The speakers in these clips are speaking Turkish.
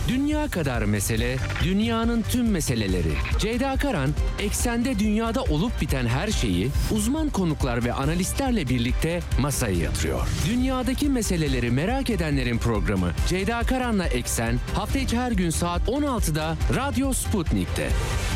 Dünya kadar mesele, dünyanın tüm meseleleri. Ceyda Karan, eksende dünyada olup biten her şeyi uzman konuklar ve analistlerle birlikte masaya yatırıyor. Dünyadaki meseleleri merak edenlerin programı Ceyda Karan'la Eksen hafta içi her gün saat 16'da Radyo Sputnik'te.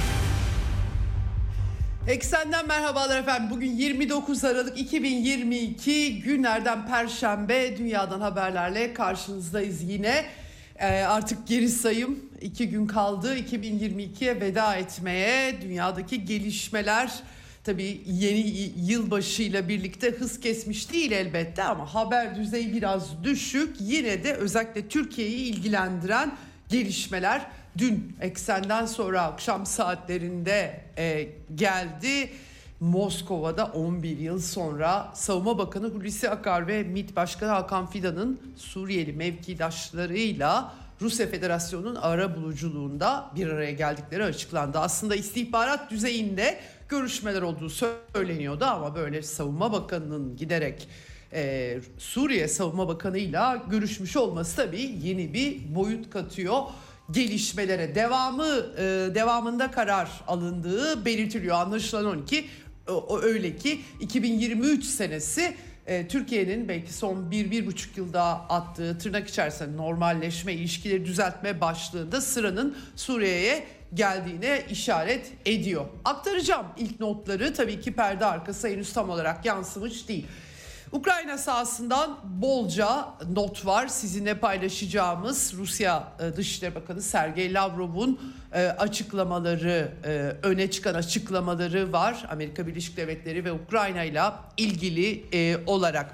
Eksen'den merhabalar efendim. Bugün 29 Aralık 2022 günlerden Perşembe, dünyadan haberlerle karşınızdayız yine. Artık geri sayım 2 gün kaldı 2022'ye veda etmeye. Dünyadaki gelişmeler tabii yeni yılbaşıyla birlikte hız kesmiş değil elbette ama haber düzeyi biraz düşük. Yine de özellikle Türkiye'yi ilgilendiren gelişmeler dün Eksen'den sonra akşam saatlerinde geldi. Moskova'da 11 yıl sonra Savunma Bakanı Hulusi Akar ve MİT Başkanı Hakan Fidan'ın Suriyeli mevkidaşlarıyla Rusya Federasyonu'nun arabuluculuğunda bir araya geldikleri açıklandı. Aslında istihbarat düzeyinde görüşmeler olduğu söyleniyordu ama böyle Savunma Bakanı'nın giderek Suriye Savunma Bakanı'yla görüşmüş olması tabii yeni bir boyut katıyor gelişmelere. Devamında karar alındığı belirtiliyor. Anlaşılan öyle ki 2023 senesi Türkiye'nin belki son 1-1,5 yılda attığı tırnak içerisinde normalleşme, ilişkileri düzeltme başlığında sıranın Suriye'ye geldiğine işaret ediyor. Aktaracağım ilk notları, tabii ki perde arkası henüz tam olarak yansımış değil. Ukrayna sahasından bolca not var sizinle paylaşacağımız. Rusya Dışişleri Bakanı Sergey Lavrov'un açıklamaları, öne çıkan açıklamaları var. Amerika Birleşik Devletleri ve Ukrayna ile ilgili olarak.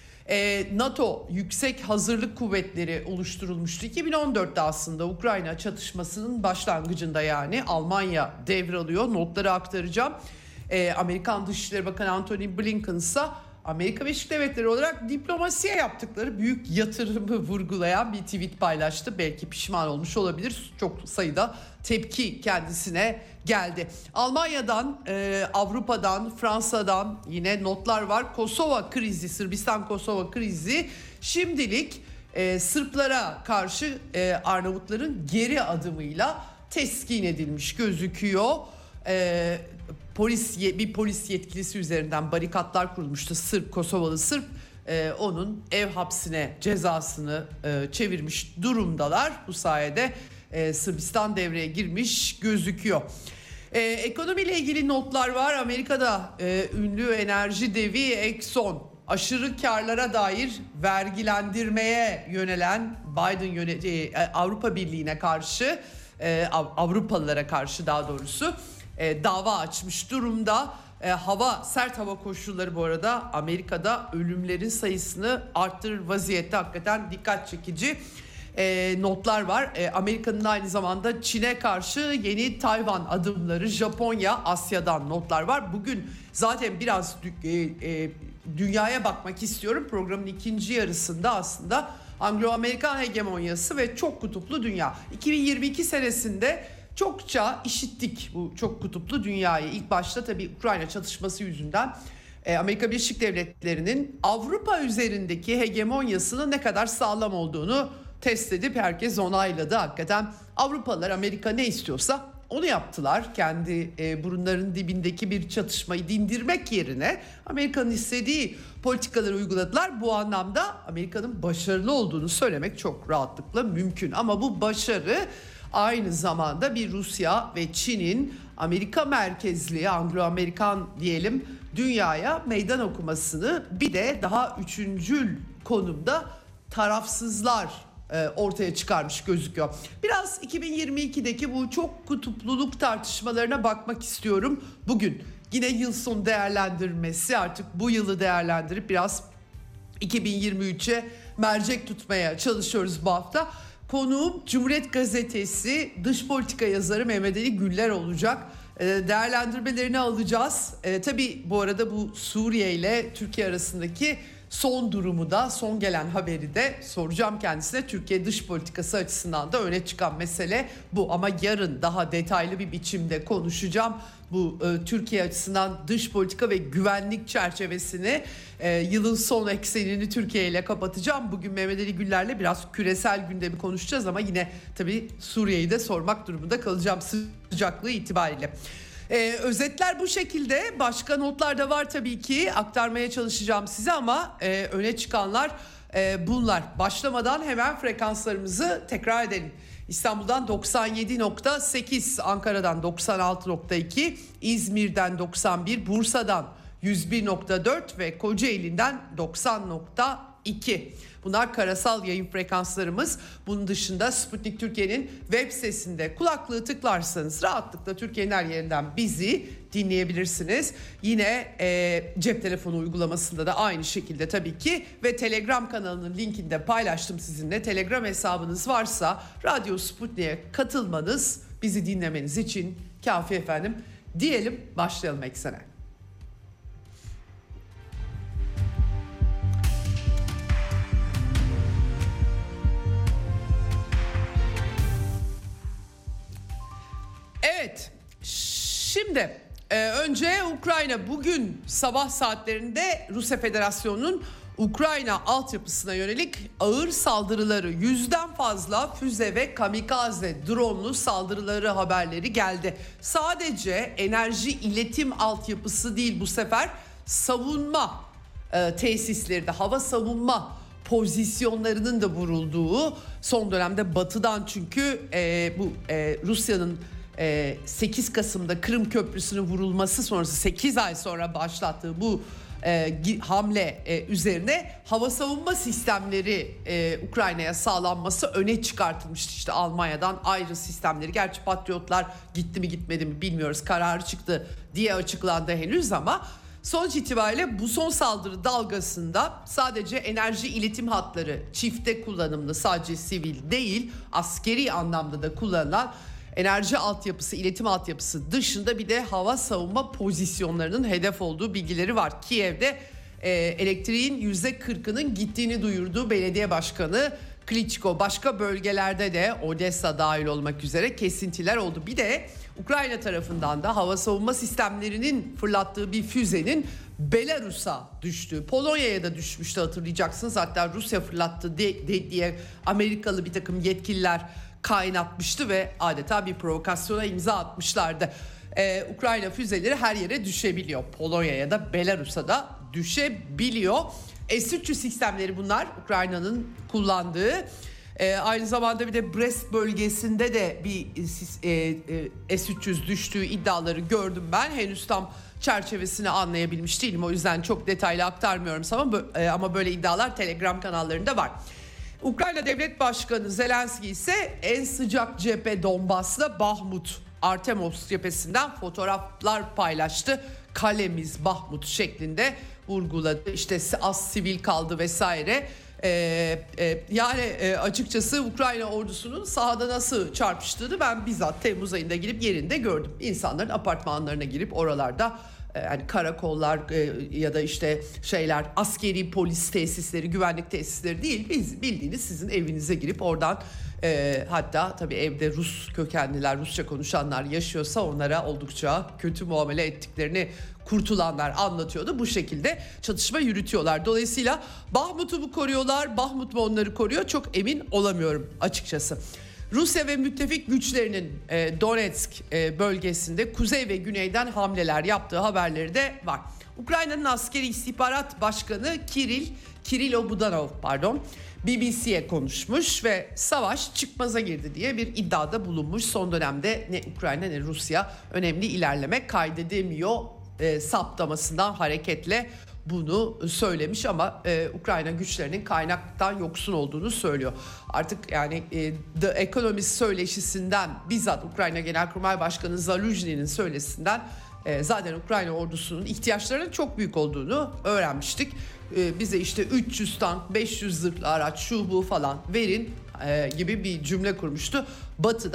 NATO Yüksek Hazırlık Kuvvetleri oluşturulmuştu. 2014'te aslında Ukrayna çatışmasının başlangıcında, yani Almanya devralıyor. Notları aktaracağım. Amerikan Dışişleri Bakanı Antony Blinken ise Amerika Birleşik Devletleri olarak diplomasiye yaptıkları büyük yatırımı vurgulayan bir tweet paylaştı. Belki pişman olmuş olabilir. Çok sayıda tepki kendisine geldi. Almanya'dan, Avrupa'dan, Fransa'dan yine notlar var. Kosova krizi, Sırbistan-Kosova krizi şimdilik Sırplara karşı Arnavutların geri adımıyla teskin edilmiş gözüküyor. Bir polis yetkilisi üzerinden barikatlar kurulmuştu. Kosovalı Sırp onun ev hapsine cezasını çevirmiş durumdalar. Bu sayede Sırbistan devreye girmiş gözüküyor. Ekonomiyle ilgili notlar var. Amerika'da ünlü enerji devi Exxon aşırı karlara dair vergilendirmeye yönelen Avrupa Birliği'ne karşı, Avrupalılara karşı daha doğrusu dava açmış durumda. Sert hava koşulları bu arada Amerika'da ölümlerin sayısını arttırır vaziyette. Hakikaten dikkat çekici notlar var. Amerika'nın aynı zamanda Çin'e karşı yeni Tayvan adımları, Japonya, Asya'dan notlar var. Bugün zaten biraz dünyaya bakmak istiyorum. Programın ikinci yarısında aslında Anglo-Amerikan hegemonyası ve çok kutuplu dünya. 2022 senesinde çokça işittik bu çok kutuplu dünyayı. İlk başta tabii Ukrayna çatışması yüzünden Amerika Birleşik Devletleri'nin Avrupa üzerindeki hegemonyasının ne kadar sağlam olduğunu test edip herkes onayladı. Hakikaten Avrupalılar Amerika ne istiyorsa onu yaptılar. Kendi burunların dibindeki bir çatışmayı dindirmek yerine Amerika'nın istediği politikaları uyguladılar. Bu anlamda Amerika'nın başarılı olduğunu söylemek çok rahatlıkla mümkün. Ama bu başarı aynı zamanda bir Rusya ve Çin'in Amerika merkezli, Anglo-Amerikan diyelim, dünyaya meydan okumasını, bir de daha üçüncül konumda tarafsızlar ortaya çıkarmış gözüküyor. Biraz 2022'deki bu çok kutupluluk tartışmalarına bakmak istiyorum. Bugün yine yıl sonu değerlendirmesi, artık bu yılı değerlendirip biraz 2023'e mercek tutmaya çalışıyoruz bu hafta. Konuğum Cumhuriyet Gazetesi dış politika yazarı Mehmet Ali Güller olacak. Değerlendirmelerini alacağız. Tabii bu arada bu Suriye ile Türkiye arasındaki son durumu da, son gelen haberi de soracağım kendisine. Türkiye dış politikası açısından da öne çıkan mesele bu, ama yarın daha detaylı bir biçimde konuşacağım. Bu Türkiye açısından dış politika ve güvenlik çerçevesini, yılın son eksenini Türkiye ile kapatacağım. Bugün Mehmet Ali Güller'le biraz küresel gündemi konuşacağız, ama yine tabii Suriye'yi de sormak durumunda kalacağım sıcaklığı itibariyle. Özetler bu şekilde. Başka notlar da var tabii ki, aktarmaya çalışacağım size, ama öne çıkanlar bunlar. Başlamadan hemen frekanslarımızı tekrar edelim. İstanbul'dan 97.8, Ankara'dan 96.2, İzmir'den 91, Bursa'dan 101.4 ve Kocaeli'nden 90.2. Bunlar karasal yayın frekanslarımız. Bunun dışında Sputnik Türkiye'nin web sitesinde kulaklığı tıklarsanız rahatlıkla Türkiye'nin her yerinden bizi dinleyebilirsiniz. Yine cep telefonu uygulamasında da aynı şekilde tabii ki, ve Telegram kanalının linkini de paylaştım sizinle. Telegram hesabınız varsa Radyo Sputnik'e katılmanız bizi dinlemeniz için kafi efendim. Diyelim, başlayalım eksene. Evet, şimdi önce Ukrayna, bugün sabah saatlerinde Rusya Federasyonu'nun Ukrayna altyapısına yönelik ağır saldırıları, 100'den fazla füze ve kamikaze dronlu saldırıları haberleri geldi. Sadece enerji iletim altyapısı değil, bu sefer savunma tesisleri de, hava savunma pozisyonlarının da vurulduğu, son dönemde batıdan, çünkü Rusya'nın 8 Kasım'da Kırım Köprüsü'nün vurulması sonrası 8 ay sonra başlattığı bu hamle üzerine hava savunma sistemleri Ukrayna'ya sağlanması öne çıkartılmıştı. İşte Almanya'dan ayrı sistemleri, gerçi Patriotlar gitti mi gitmedi mi bilmiyoruz, kararı çıktı diye açıklandı henüz, ama sonuç itibariyle bu son saldırı dalgasında sadece enerji iletim hatları, çifte kullanımlı, sadece sivil değil askeri anlamda da kullanılan enerji altyapısı, iletim altyapısı dışında bir de hava savunma pozisyonlarının hedef olduğu bilgileri var. Kiev'de elektriğin %40'ının gittiğini duyurdu belediye başkanı Klitschko. Başka bölgelerde de, Odessa dahil olmak üzere, kesintiler oldu. Bir de Ukrayna tarafından da hava savunma sistemlerinin fırlattığı bir füzenin Belarus'a düştüğü, Polonya'ya da düşmüştü hatırlayacaksınız. Hatta Rusya fırlattı diye Amerikalı bir takım yetkililer kaynatmıştı ve adeta bir provokasyona imza atmışlardı. Ukrayna füzeleri her yere düşebiliyor. Polonya'ya da Belarus'a da düşebiliyor. S-300 sistemleri bunlar, Ukrayna'nın kullandığı. Aynı zamanda bir de Brest bölgesinde de bir S-300 düştüğü iddiaları gördüm ben. Henüz tam çerçevesini anlayabilmiş değilim, o yüzden çok detaylı aktarmıyorum ama böyle iddialar Telegram kanallarında var. Ukrayna Devlet Başkanı Zelenski ise en sıcak cephe Donbas'ta Bahmut, Artemovsk cephesinden fotoğraflar paylaştı. Kalemiz Bahmut şeklinde vurguladı. İşte az sivil kaldı vesaire. Yani açıkçası Ukrayna ordusunun sahada nasıl çarpıştığını ben bizzat Temmuz ayında gidip yerinde gördüm. İnsanların apartmanlarına girip oralarda, yani karakollar ya da işte askeri polis tesisleri, güvenlik tesisleri değil, biz bildiğiniz sizin evinize girip oradan hatta tabii evde Rus kökenliler, Rusça konuşanlar yaşıyorsa onlara oldukça kötü muamele ettiklerini kurtulanlar anlatıyordu. Bu şekilde çatışma yürütüyorlar. Dolayısıyla Bahmut'u mu koruyorlar, Bahmut mu onları koruyor, çok emin olamıyorum açıkçası. Rusya ve müttefik güçlerinin Donetsk bölgesinde kuzey ve güneyden hamleler yaptığı haberleri de var. Ukrayna'nın askeri istihbarat başkanı Kirilo Budanov BBC'ye konuşmuş ve savaş çıkmaza girdi diye bir iddiada bulunmuş. Son dönemde ne Ukrayna ne Rusya önemli ilerleme kaydedemiyor saptamasından hareketle bunu söylemiş, ama Ukrayna güçlerinin kaynaktan yoksun olduğunu söylüyor. Artık yani The Economist söyleşisinden, bizzat Ukrayna Genelkurmay Başkanı Zaluzhnyi'nin söylesinden zaten Ukrayna ordusunun ihtiyaçlarının çok büyük olduğunu öğrenmiştik. Bize işte 300 tank, 500 zırhlı araç, şu bu falan verin gibi bir cümle kurmuştu. Batı'da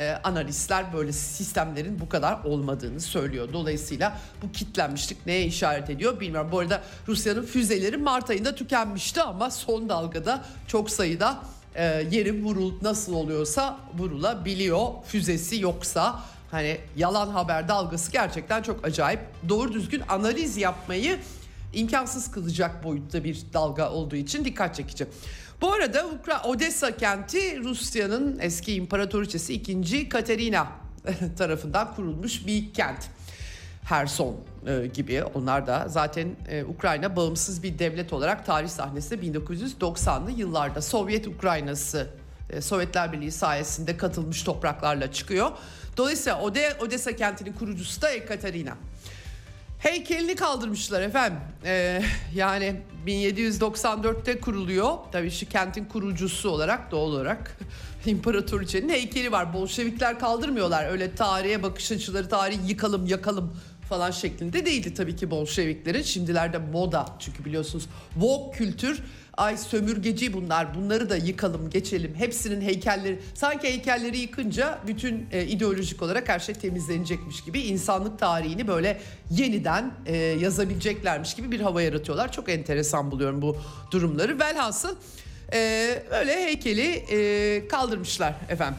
analistler böyle sistemlerin bu kadar olmadığını söylüyor. Dolayısıyla bu kitlenmişlik neye işaret ediyor bilmiyorum. Bu arada Rusya'nın füzeleri Mart ayında tükenmişti ama son dalgada çok sayıda yeri nasıl oluyorsa vurulabiliyor. Füzesi yoksa hani yalan haber dalgası gerçekten çok acayip. Doğru düzgün analiz yapmayı imkansız kılacak boyutta bir dalga olduğu için dikkat çekici. Bu arada Odessa kenti Rusya'nın eski imparatoriçesi 2. Katerina tarafından kurulmuş bir kent. Herson gibi onlar da zaten Ukrayna bağımsız bir devlet olarak tarih sahnesinde 1990'lı yıllarda Sovyet Ukraynası, Sovyetler Birliği sayesinde katılmış topraklarla çıkıyor. Dolayısıyla Odessa kentinin kurucusu da Ekaterina. Heykelini kaldırmışlar efendim. Yani 1794'te kuruluyor. Tabii şu kentin kurucusu olarak doğal olarak imparatoriçenin heykeli var. Bolşevikler kaldırmıyorlar. Öyle tarihe bakış açıları, tarihi yıkalım yakalım falan şeklinde değildi tabii ki Bolşeviklerin. Şimdilerde moda çünkü biliyorsunuz woke kültür. Ay sömürgeci bunlar, bunları da yıkalım geçelim. Hepsinin heykelleri, sanki heykelleri yıkınca bütün ideolojik olarak her şey temizlenecekmiş gibi, insanlık tarihini böyle yeniden yazabileceklermiş gibi bir hava yaratıyorlar. Çok enteresan buluyorum bu durumları. Velhasıl öyle heykeli kaldırmışlar efendim.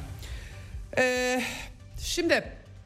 Şimdi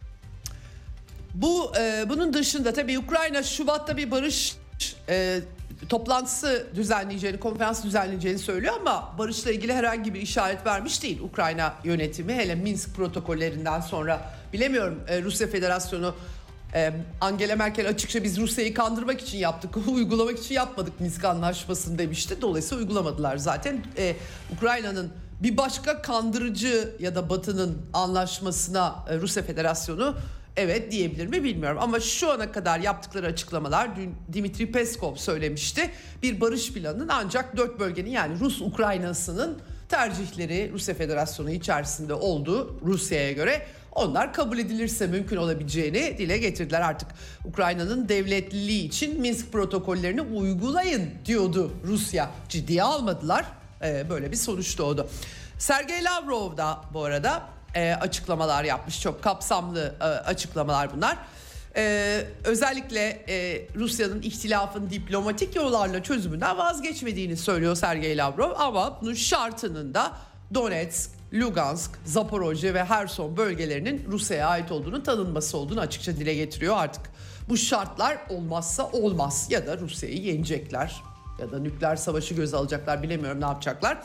bunun dışında tabii Ukrayna Şubat'ta bir barış toplantısı düzenleyeceğini, konferans düzenleyeceğini söylüyor ama barışla ilgili herhangi bir işaret vermiş değil Ukrayna yönetimi. Hele Minsk protokollerinden sonra bilemiyorum, Rusya Federasyonu Angela Merkel açıkça biz Rusya'yı kandırmak için yaptık, uygulamak için yapmadık Minsk Anlaşması'nı demişti. Dolayısıyla uygulamadılar zaten. Ukrayna'nın bir başka kandırıcı ya da Batı'nın anlaşmasına Rusya Federasyonu evet diyebilir mi bilmiyorum ama şu ana kadar yaptıkları açıklamalar, dün Dmitri Peskov söylemişti. Bir barış planının ancak 4 bölgenin, yani Rus Ukraynası'nın tercihleri Rusya Federasyonu içerisinde olduğu, Rusya'ya göre onlar kabul edilirse mümkün olabileceğini dile getirdiler. Artık Ukrayna'nın devletliliği için Minsk protokollerini uygulayın diyordu Rusya. Ciddiye almadılar. Böyle bir sonuç doğdu. Sergey Lavrov da bu arada açıklamalar yapmış. Çok kapsamlı açıklamalar bunlar. Özellikle Rusya'nın ihtilafın diplomatik yollarla çözümünden vazgeçmediğini söylüyor Sergey Lavrov. Ama bunun şartının da Donetsk, Lugansk, Zaporojye ve Herson bölgelerinin Rusya'ya ait olduğunu tanınması olduğunu açıkça dile getiriyor. Artık bu şartlar olmazsa olmaz, ya da Rusya'yı yenecekler ya da nükleer savaşı göze alacaklar, bilemiyorum ne yapacaklar.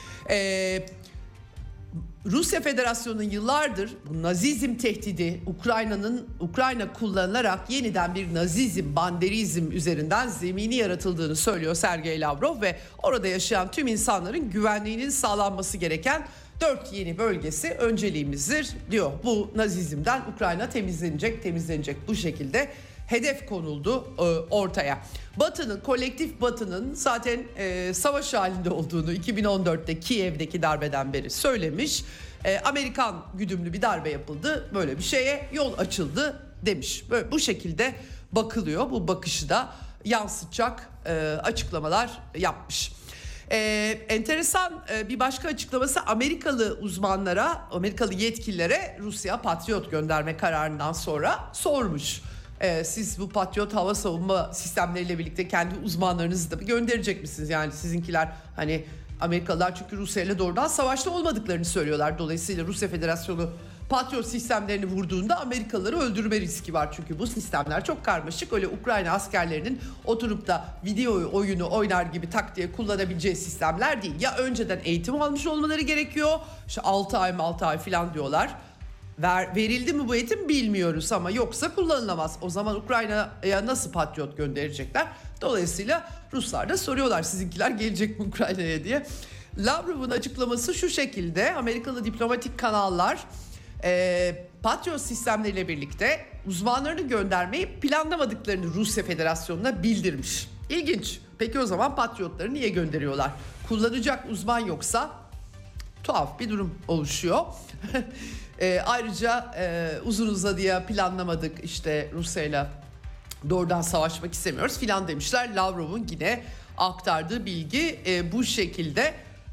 Rusya Federasyonu'nun yıllardır bu Nazizm tehdidi, Ukrayna kullanılarak yeniden bir Nazizm, banderizm üzerinden zemini yaratıldığını söylüyor Sergey Lavrov ve orada yaşayan tüm insanların güvenliğinin sağlanması gereken 4 yeni bölgesi önceliğimizdir diyor. Bu Nazizm'den Ukrayna temizlenecek bu şekilde hedef konuldu ortaya. Kolektif Batı'nın zaten savaş halinde olduğunu 2014'te Kiev'deki darbeden beri söylemiş. Amerikan güdümlü bir darbe yapıldı, böyle bir şeye yol açıldı demiş. Böyle bu şekilde bakılıyor, bu bakışı da yansıtacak açıklamalar yapmış. Enteresan bir başka açıklaması, Amerikalı uzmanlara, Amerikalı yetkililere Rusya Patriot gönderme kararından sonra sormuş. Siz bu Patriot hava savunma sistemleriyle birlikte kendi uzmanlarınızı da gönderecek misiniz? Yani sizinkiler, hani Amerikalılar çünkü Rusya ile doğrudan savaşta olmadıklarını söylüyorlar. Dolayısıyla Rusya Federasyonu Patriot sistemlerini vurduğunda Amerikalıları öldürme riski var. Çünkü bu sistemler çok karmaşık. Öyle Ukrayna askerlerinin oturup da video oyunu oynar gibi tak diye kullanabileceği sistemler değil. Ya önceden eğitim almış olmaları gerekiyor. İşte 6 ay falan diyorlar. Verildi mi bu eğitim bilmiyoruz ama yoksa kullanılamaz. O zaman Ukrayna'ya nasıl Patriot gönderecekler? Dolayısıyla Ruslar da soruyorlar, sizinkiler gelecek mi Ukrayna'ya diye. Lavrov'un açıklaması şu şekilde: Amerikalı diplomatik kanallar Patriot sistemleriyle birlikte uzmanlarını göndermeyi planlamadıklarını Rusya Federasyonu'na bildirmiş. İlginç. Peki o zaman Patriotları niye gönderiyorlar? Kullanacak uzman yoksa tuhaf bir durum oluşuyor. Ayrıca uzun uzadıya planlamadık, işte Rusya'yla doğrudan savaşmak istemiyoruz filan demişler. Lavrov'un yine aktardığı bilgi bu şekilde.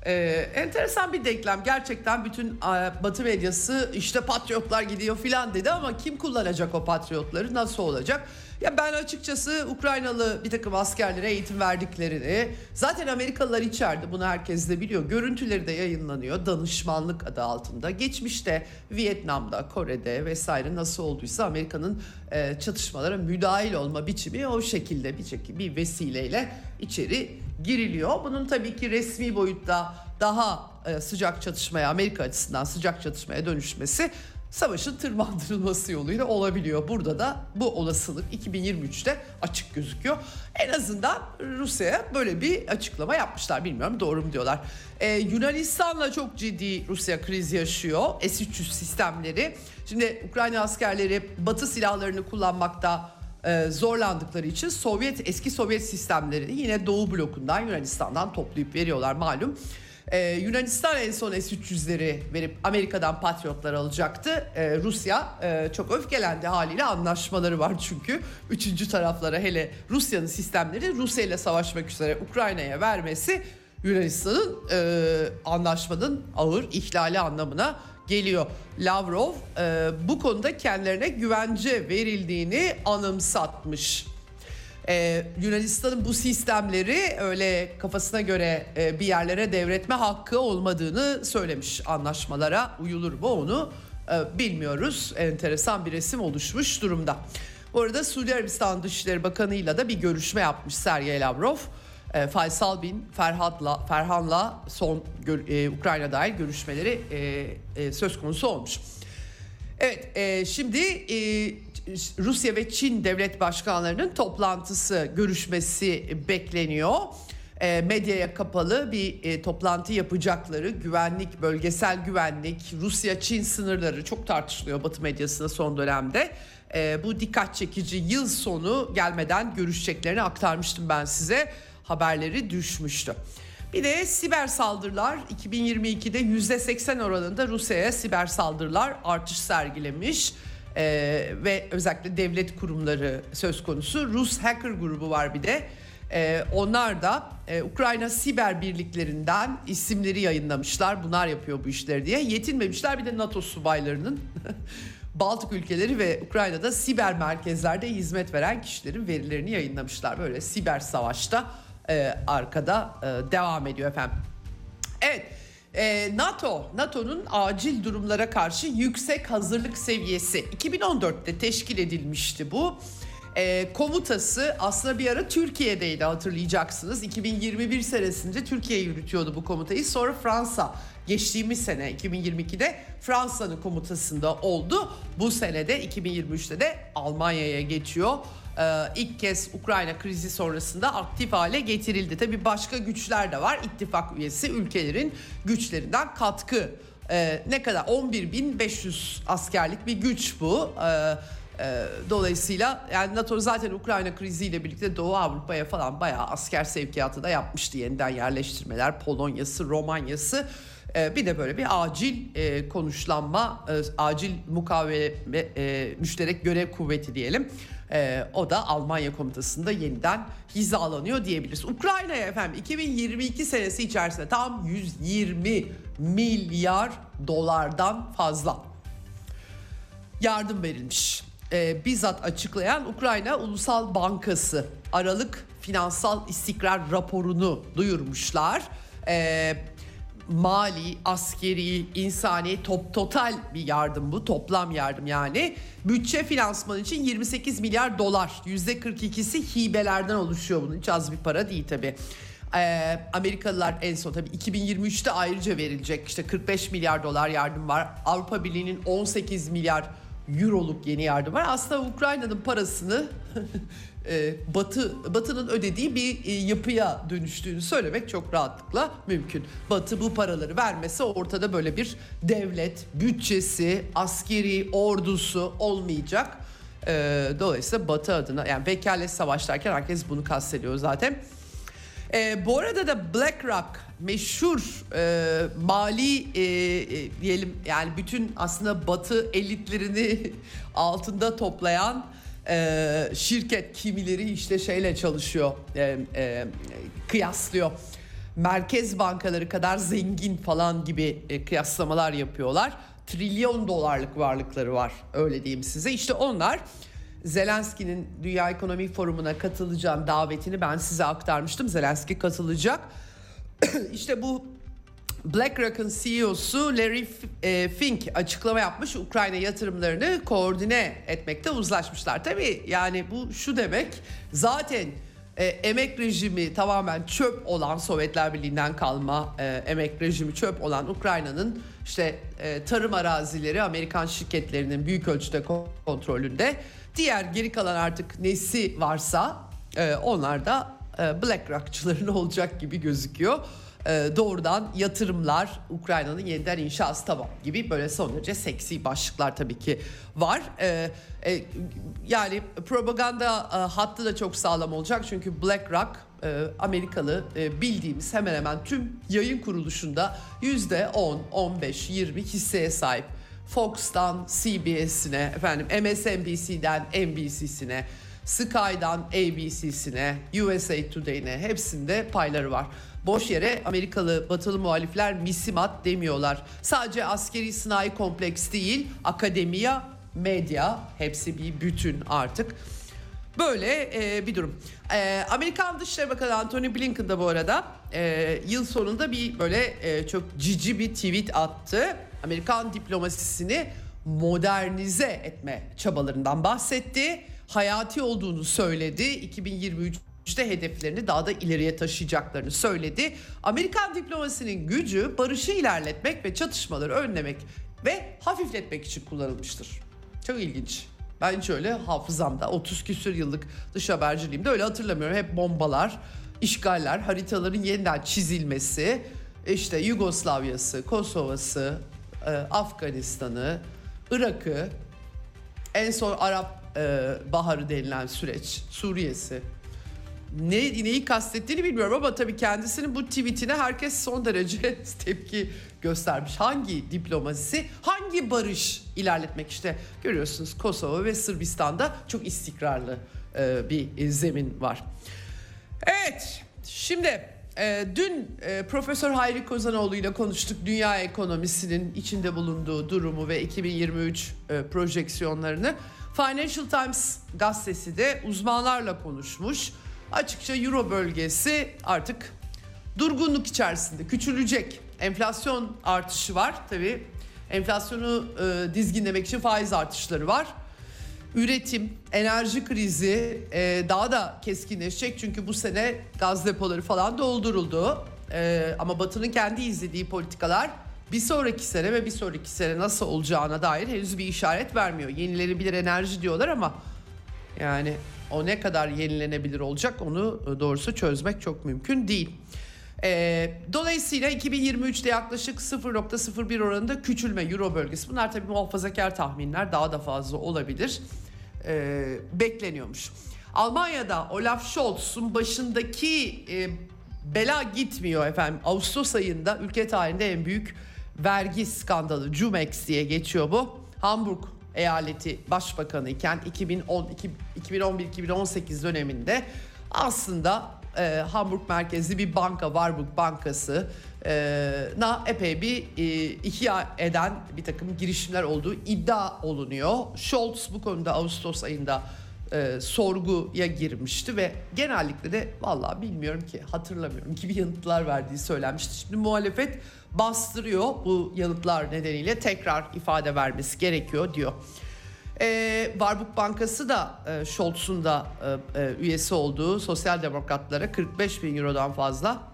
Enteresan bir denklem. Gerçekten bütün Batı medyası işte patriotlar gidiyor filan dedi ama kim kullanacak o patriotları, nasıl olacak? Ya ben açıkçası Ukraynalı bir takım askerlere eğitim verdiklerini, zaten Amerikalılar içeride, bunu herkes de biliyor. Görüntüleri de yayınlanıyor danışmanlık adı altında. Geçmişte Vietnam'da, Kore'de vesaire nasıl olduysa Amerika'nın çatışmalara müdahil olma biçimi o şekilde bir vesileyle içeri giriliyor. Bunun tabii ki resmi boyutta daha sıcak çatışmaya, Amerika açısından sıcak çatışmaya dönüşmesi savaşın tırmandırılması yoluyla olabiliyor. Burada da bu olasılık 2023'te açık gözüküyor. En azından Rusya'ya böyle bir açıklama yapmışlar. Bilmiyorum doğru mu diyorlar. Yunanistan'la çok ciddi Rusya kriz yaşıyor. S-300 sistemleri. Şimdi Ukrayna askerleri Batı silahlarını kullanmakta zorlandıkları için eski Sovyet sistemlerini yine Doğu blokundan, Yunanistan'dan toplayıp veriyorlar malum. Yunanistan en son S-300'leri verip Amerika'dan Patriotlar alacaktı. Rusya çok öfkelendi haliyle, anlaşmaları var çünkü. Üçüncü taraflara, hele Rusya'nın sistemleri Rusya ile savaşmak üzere Ukrayna'ya vermesi Yunanistan'ın anlaşmanın ağır ihlali anlamına geliyor. Lavrov bu konuda kendilerine güvence verildiğini anımsatmış. Yunanistan'ın bu sistemleri öyle kafasına göre bir yerlere devretme hakkı olmadığını söylemiş. Anlaşmalara uyulur mu onu bilmiyoruz. Enteresan bir resim oluşmuş durumda. Bu arada Suudi Arabistan Dışişleri Bakanı'yla da bir görüşme yapmış Sergey Lavrov. Faysal bin Ferhan'la son Ukrayna dair görüşmeleri söz konusu olmuş. Evet, şimdi Rusya ve Çin devlet başkanlarının toplantısı, görüşmesi bekleniyor. Medyaya kapalı bir toplantı yapacakları, güvenlik, bölgesel güvenlik, Rusya-Çin sınırları çok tartışılıyor Batı medyasında son dönemde. Bu dikkat çekici, yıl sonu gelmeden görüşeceklerini aktarmıştım ben size. Haberleri düşmüştü. Bir de siber saldırılar, 2022'de %80 oranında Rusya'ya siber saldırılar artış sergilemiş. Ve özellikle devlet kurumları söz konusu. Rus hacker grubu var bir de. Onlar da Ukrayna siber birliklerinden isimleri yayınlamışlar. Bunlar yapıyor bu işleri diye. Yetinmemişler, bir de NATO subaylarının Baltık ülkeleri ve Ukrayna'da siber merkezlerde hizmet veren kişilerin verilerini yayınlamışlar. Böyle siber savaşta arkada devam ediyor efendim. Evet. NATO'nun acil durumlara karşı yüksek hazırlık seviyesi 2014'te teşkil edilmişti bu. Komutası aslında bir ara Türkiye'deydi, hatırlayacaksınız. 2021 senesinde Türkiye yürütüyordu bu komutayı. Sonra Fransa geçtiğimiz sene 2022'de Fransa'nın komutasında oldu. Bu senede 2023'te de Almanya'ya geçiyor. İlk kez Ukrayna krizi sonrasında aktif hale getirildi. Tabii başka güçler de var. İttifak üyesi ülkelerin güçlerinden katkı. Ne kadar? 11.500 askerlik bir güç bu. Dolayısıyla yani NATO zaten Ukrayna kriziyle birlikte Doğu Avrupa'ya falan bayağı asker sevkiyatı da yapmıştı. Yeniden yerleştirmeler, Polonya'sı, Romanya'sı. Bir de böyle bir acil konuşlanma, acil mukavele, müşterek görev kuvveti diyelim. O da Almanya komutasında yeniden hizalanıyor diyebiliriz. Ukrayna'ya efendim 2022 senesi içerisinde tam 120 milyar dolardan fazla yardım verilmiş. Bizzat açıklayan Ukrayna Ulusal Bankası Aralık Finansal İstikrar raporunu duyurmuşlar. Mali, askeri, insani, total bir yardım bu, toplam yardım yani. Bütçe finansmanı için 28 milyar dolar, %42'si hibelerden oluşuyor, bunun hiç az bir para değil tabii. Amerikalılar en son tabii 2023'te ayrıca verilecek işte 45 milyar dolar yardım var. Avrupa Birliği'nin 18 milyar euroluk yeni yardım var. Aslında Ukrayna'nın parasını Batı'nın ödediği bir yapıya dönüştüğünü söylemek çok rahatlıkla mümkün. Batı bu paraları vermese ortada böyle bir devlet bütçesi, askeri ordusu olmayacak. Dolayısıyla Batı adına, yani vekalet savaş derken herkes bunu kastediyor zaten. Bu arada da BlackRock meşhur mali diyelim, yani bütün aslında Batı elitlerini altında toplayan şirket, kimileri işte şeyle çalışıyor, kıyaslıyor. merkez bankaları kadar zengin falan gibi kıyaslamalar yapıyorlar. Trilyon dolarlık varlıkları var, öyle diyeyim size. İşte onlar, Zelenski'nin Dünya Ekonomik Forumu'na katılacağım davetini ben size aktarmıştım. Zelenski katılacak. İşte bu BlackRock'ın CEO'su Larry Fink açıklama yapmış. Ukrayna yatırımlarını koordine etmekte uzlaşmışlar. Tabii yani bu şu demek, zaten emek rejimi tamamen çöp olan, Sovyetler Birliği'nden kalma emek rejimi çöp olan Ukrayna'nın işte tarım arazileri Amerikan şirketlerinin büyük ölçüde kontrolünde. Diğer geri kalan artık nesi varsa onlar da BlackRock'çıların olacak gibi gözüküyor. Doğrudan yatırımlar, Ukrayna'nın yeniden inşası tamam gibi böyle son derece seksi başlıklar tabii ki var. Yani propaganda hattı da çok sağlam olacak çünkü BlackRock Amerikalı, bildiğimiz hemen hemen tüm yayın kuruluşunda %10, 15, 20 hisseye sahip. Fox'tan CBS'ine, MSNBC'den NBC'sine, Sky'dan ABC'sine, USA Today'ine, hepsinde payları var. Boş yere Amerikalı batılı muhalifler misimat demiyorlar. Sadece askeri sanayi kompleks değil, akademiya, medya, hepsi bir bütün artık. Böyle bir durum. Amerikan Dışişleri Bakanı Antony Blinken da bu arada yıl sonunda bir böyle çok cici bir tweet attı. Amerikan diplomasisini modernize etme çabalarından bahsetti. Hayati olduğunu söyledi. 2023'te hedeflerini daha da ileriye taşıyacaklarını söyledi. Amerikan diplomasinin gücü barışı ilerletmek ve çatışmaları önlemek ve hafifletmek için kullanılmıştır. Çok ilginç. Ben hiç öyle hafızamda 30 küsur yıllık dış haberciliğimde öyle hatırlamıyorum. Hep bombalar, işgaller, haritaların yeniden çizilmesi, işte Yugoslavya'sı, Kosova'sı, Afganistan'ı, Irak'ı, en son Arap Baharı denilen süreç, Suriye'si. Neyi kastettiğini bilmiyorum ama tabii kendisinin bu tweetine herkes son derece tepki göstermiş. Hangi diplomasi, hangi barış ilerletmek, işte görüyorsunuz Kosova ve Sırbistan'da çok istikrarlı bir zemin var. Evet, şimdi dün Profesör Hayri Kozanoğlu ile konuştuk. Dünya ekonomisinin içinde bulunduğu durumu ve 2023 projeksiyonlarını. Financial Times gazetesi de uzmanlarla konuşmuş. Açıkça Euro bölgesi artık durgunluk içerisinde, küçülecek. Enflasyon artışı var tabii. Enflasyonu dizginlemek için faiz artışları var. Üretim, enerji krizi daha da keskinleşecek. Çünkü bu sene gaz depoları falan dolduruldu. Ama Batı'nın kendi izlediği politikalar bir sonraki sene ve bir sonraki sene nasıl olacağına dair henüz bir işaret vermiyor. Yenilenebilir enerji diyorlar ama yani o ne kadar yenilenebilir olacak onu doğrusu çözmek çok mümkün değil. Dolayısıyla 2023'te yaklaşık 0.01 oranında küçülme Euro bölgesi. Bunlar tabii muhafazakar tahminler, daha da fazla olabilir. Bekleniyormuş. Almanya'da Olaf Scholz'un başındaki bela gitmiyor efendim. Ağustos ayında ülke tarihinde en büyük vergi skandalı, Cum-Ex diye geçiyor bu. Hamburg eyaleti başbakanı iken 2011-2018 döneminde aslında Hamburg merkezli bir banka, Warburg Bankası epey bir ihya eden bir takım girişimler olduğu iddia olunuyor. Scholz bu konuda Ağustos ayında sorguya girmişti ve genellikle de vallahi bilmiyorum ki, hatırlamıyorum gibi yanıtlar verdiği söylenmişti. Şimdi muhalefet bastırıyor, bu yanıtlar nedeniyle tekrar ifade vermesi gerekiyor diyor. Warburg Bankası da Scholz'un da üyesi olduğu sosyal demokratlara 45 bin eurodan fazla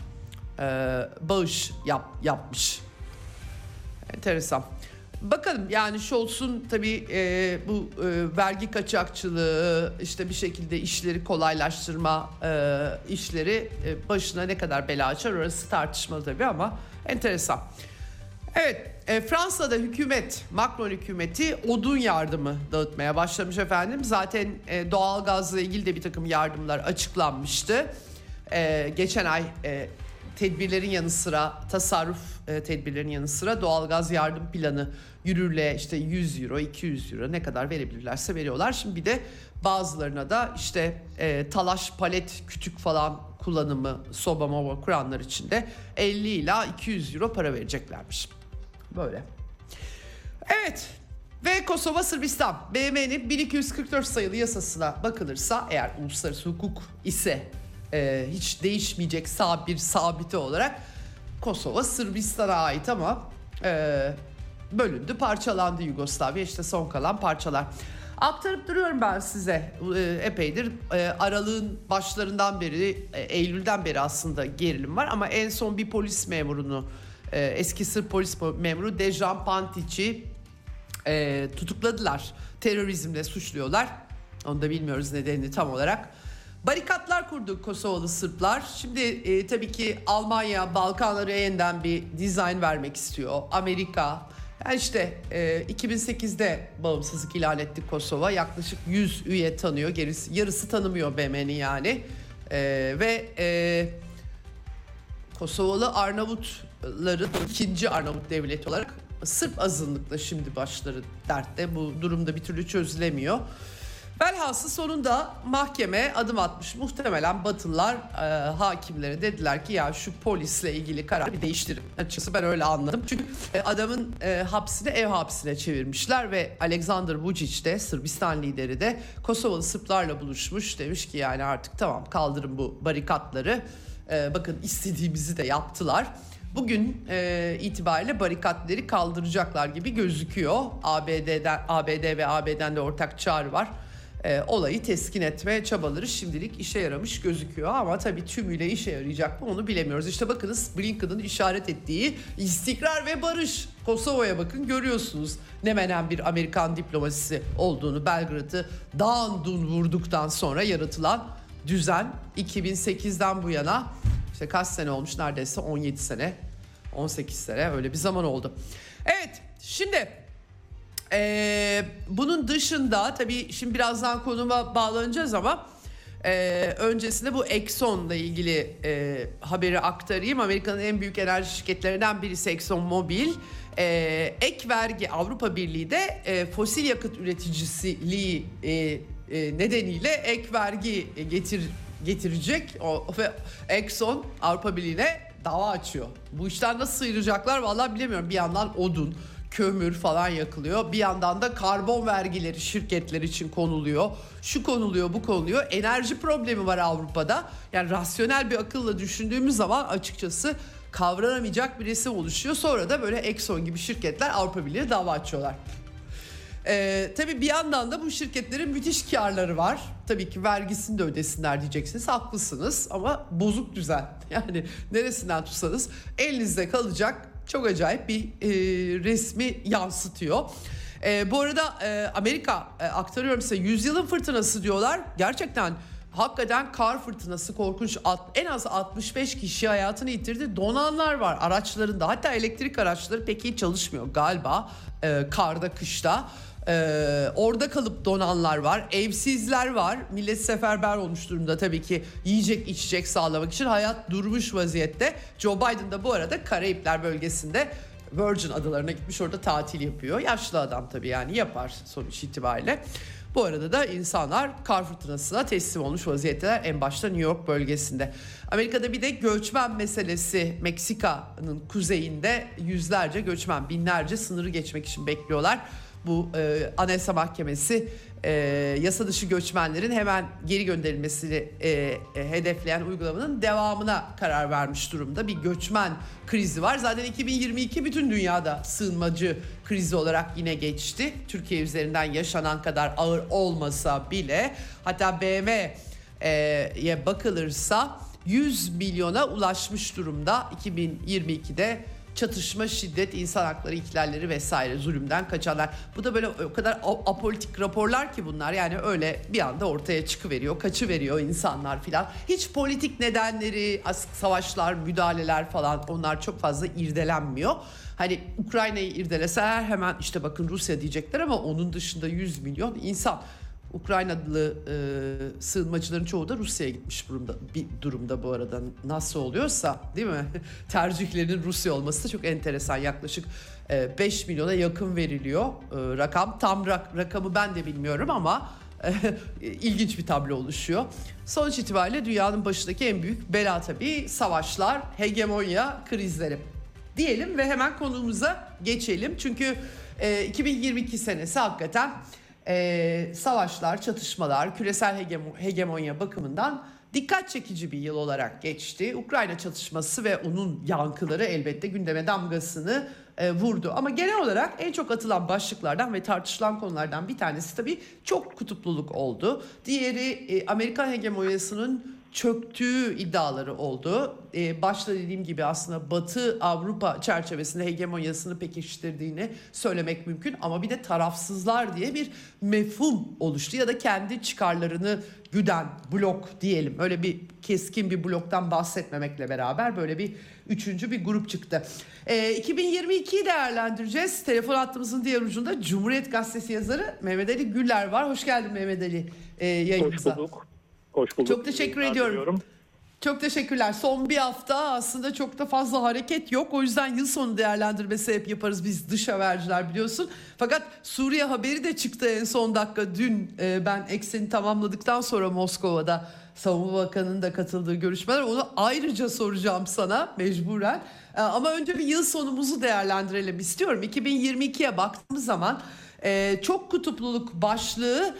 bağış yapmış. Enteresan. Bakalım yani Scholz'un tabii bu vergi kaçakçılığı, işte bir şekilde işleri kolaylaştırma işleri başına ne kadar bela açar orası tartışmalı tabii ama enteresan. Evet, Fransa'da hükümet, Macron hükümeti odun yardımı dağıtmaya başlamış efendim. Zaten doğalgazla ilgili de bir takım yardımlar açıklanmıştı. Geçen ay tedbirlerin yanı sıra, tasarruf tedbirlerin yanı sıra doğalgaz yardım planı yürürlüğe işte 100 euro, 200 euro ne kadar verebilirlerse veriyorlar. Şimdi bir de bazılarına da işte talaş, palet, kütük falan kullanımı, soba moba kuranlar için de 50 ila 200 euro para vereceklermiş. Böyle. Evet. Ve Kosova Sırbistan. BM'nin 1244 sayılı yasasına bakılırsa, eğer uluslararası hukuk ise hiç değişmeyecek sabiti olarak Kosova Sırbistan'a ait ama bölündü, parçalandı Yugoslavya, işte son kalan parçalar. Aktarıp duruyorum ben size epeydir. Aralığın başlarından beri, Eylül'den beri aslında gerilim var ama en son bir polis memurunu, eski Sırp polis memuru Dejan Pantić'i tutukladılar. Terörizmle suçluyorlar. Onu da bilmiyoruz nedenini tam olarak. Barikatlar kurdu Kosovalı Sırplar. Şimdi tabii ki Almanya Balkanlara yeniden bir dizayn vermek istiyor. Amerika, yani işte 2008'de bağımsızlık ilan etti Kosova. Yaklaşık 100 üye tanıyor. Yarısı tanımıyor BM'nin yani. Kosovalı Arnavutların ikinci Arnavut devleti olarak Sırp azınlıkla şimdi başları dertte. Bu durumda bir türlü çözülemiyor. Velhasıl sonunda mahkeme adım atmış. Muhtemelen Batılılar hakimlere dediler ki ya şu polisle ilgili kararı bir değiştirin. Açıkçası ben öyle anladım. Çünkü adamın hapsini ev hapsine çevirmişler ve Aleksandar Vučić de, Sırbistan lideri de Kosovalı Sırplarla buluşmuş. Demiş ki yani artık tamam, kaldırın bu barikatları. Bakın istediğimizi de yaptılar. Bugün itibariyle barikatları kaldıracaklar gibi gözüküyor. ABD ve AB'den de ortak çağrı var. Olayı teskin etme çabaları şimdilik işe yaramış gözüküyor ama tabii tümüyle işe yarayacak mı onu bilemiyoruz. İşte bakınız, Blinken'ın işaret ettiği istikrar ve barış. Kosova'ya bakın, görüyorsunuz ne menen bir Amerikan diplomasisi olduğunu. Belgrad'ı dağın dun vurduktan sonra yaratılan düzen 2008'den bu yana işte kaç sene olmuş, neredeyse 17 sene 18 sene öyle bir zaman oldu. Evet, şimdi bunun dışında tabii şimdi birazdan konuma bağlanacağız ama öncesinde bu Exxon'la ilgili haberi aktarayım. Amerika'nın en büyük enerji şirketlerinden birisi ExxonMobil. Ek vergi, Avrupa Birliği de fosil yakıt üreticisiliği nedeniyle ek vergi getirecek ve Exxon Avrupa Birliği'ne dava açıyor. Bu işten nasıl sıyrılacaklar vallahi bilemiyorum. Bir yandan odun, kömür falan yakılıyor. Bir yandan da karbon vergileri şirketler için konuluyor. Şu konuluyor, bu konuluyor. Enerji problemi var Avrupa'da. Yani rasyonel bir akılla düşündüğümüz zaman açıkçası kavranamayacak bir resim oluşuyor. Sonra da böyle Exxon gibi şirketler Avrupa Birliği'ne dava açıyorlar. Tabii bir yandan da bu şirketlerin müthiş karları var. Tabii ki vergisini de ödesinler diyeceksiniz. Haklısınız ama bozuk düzen. Yani neresinden tutsanız elinizde kalacak çok acayip bir resmi yansıtıyor. Bu arada Amerika, aktarıyorum size, yüzyılın fırtınası diyorlar. Gerçekten hakikaten kar fırtınası, korkunç. En az 65 kişi hayatını yitirdi. Donanlar var araçlarında. Hatta elektrik araçları pek iyi çalışmıyor galiba karda, kışta. Orada kalıp donanlar var, evsizler var. Millet seferber olmuş durumda tabii ki yiyecek içecek sağlamak için. Hayat durmuş vaziyette. Joe Biden da bu arada Karayipler bölgesinde Virgin adalarına gitmiş, orada tatil yapıyor. Yaşlı adam tabii, yani yapar sonuç itibariyle. Bu arada da insanlar kar fırtınasına teslim olmuş vaziyetteler, en başta New York bölgesinde. Amerika'da bir de göçmen meselesi. Meksika'nın kuzeyinde yüzlerce göçmen, binlerce sınırı geçmek için bekliyorlar. Bu Anayasa Mahkemesi yasa dışı göçmenlerin hemen geri gönderilmesini hedefleyen uygulamanın devamına karar vermiş durumda. Bir göçmen krizi var. Zaten 2022 bütün dünyada sığınmacı krizi olarak yine geçti. Türkiye üzerinden yaşanan kadar ağır olmasa bile, hatta BM'ye bakılırsa 100 milyona ulaşmış durumda 2022'de. Çatışma, şiddet, insan hakları ihlalleri vesaire, zulümden kaçanlar. Bu da böyle o kadar apolitik raporlar ki bunlar, yani öyle bir anda ortaya çıkıveriyor, kaçıveriyor insanlar filan. Hiç politik nedenleri, savaşlar, müdahaleler falan, onlar çok fazla irdelenmiyor. Hani Ukrayna'yı irdeleseler hemen işte bakın Rusya diyecekler ama onun dışında 100 milyon insan. Ukraynalı sığınmacıların çoğu da Rusya'ya gitmiş bir durumda bu arada. Nasıl oluyorsa, değil mi? Tercihlerinin Rusya olması da çok enteresan. Yaklaşık 5 milyona yakın veriliyor rakam. Tam rakamı ben de bilmiyorum ama ilginç bir tablo oluşuyor. Sonuç itibariyle dünyanın başındaki en büyük bela tabii savaşlar, hegemonya krizleri diyelim ve hemen konumuza geçelim. Çünkü 2022 senesi hakikaten savaşlar, çatışmalar, küresel hegemonya bakımından dikkat çekici bir yıl olarak geçti. Ukrayna çatışması ve onun yankıları elbette gündeme damgasını vurdu. Ama genel olarak en çok atılan başlıklardan ve tartışılan konulardan bir tanesi tabii çok kutupluluk oldu. Diğeri Amerikan hegemonyasının çöktüğü iddiaları oldu. Başta dediğim gibi aslında Batı Avrupa çerçevesinde hegemonyasını pekiştirdiğini söylemek mümkün. Ama bir de tarafsızlar diye bir mefhum oluştu ya da kendi çıkarlarını güden blok diyelim. Öyle bir keskin bir bloktan bahsetmemekle beraber böyle bir üçüncü bir grup çıktı. 2022'yi değerlendireceğiz. Telefon hattımızın diğer ucunda Cumhuriyet Gazetesi yazarı Mehmet Ali Güller var. Hoş geldin Mehmet Ali yayınımıza. Hoş bulduk. Hoş bulduk. Çok teşekkür ediyorum. Çok teşekkürler. Son bir hafta aslında çok da fazla hareket yok. O yüzden yıl sonu değerlendirmesi hep yaparız biz dış haberciler biliyorsun. Fakat Suriye haberi de çıktı en son dakika. Dün ben ekseni tamamladıktan sonra Moskova'da Savunma Bakanı'nın da katıldığı görüşmeler. Onu ayrıca soracağım sana mecburen. Ama önce bir yıl sonumuzu değerlendirelim istiyorum. 2022'ye baktığımız zaman çok kutupluluk başlığı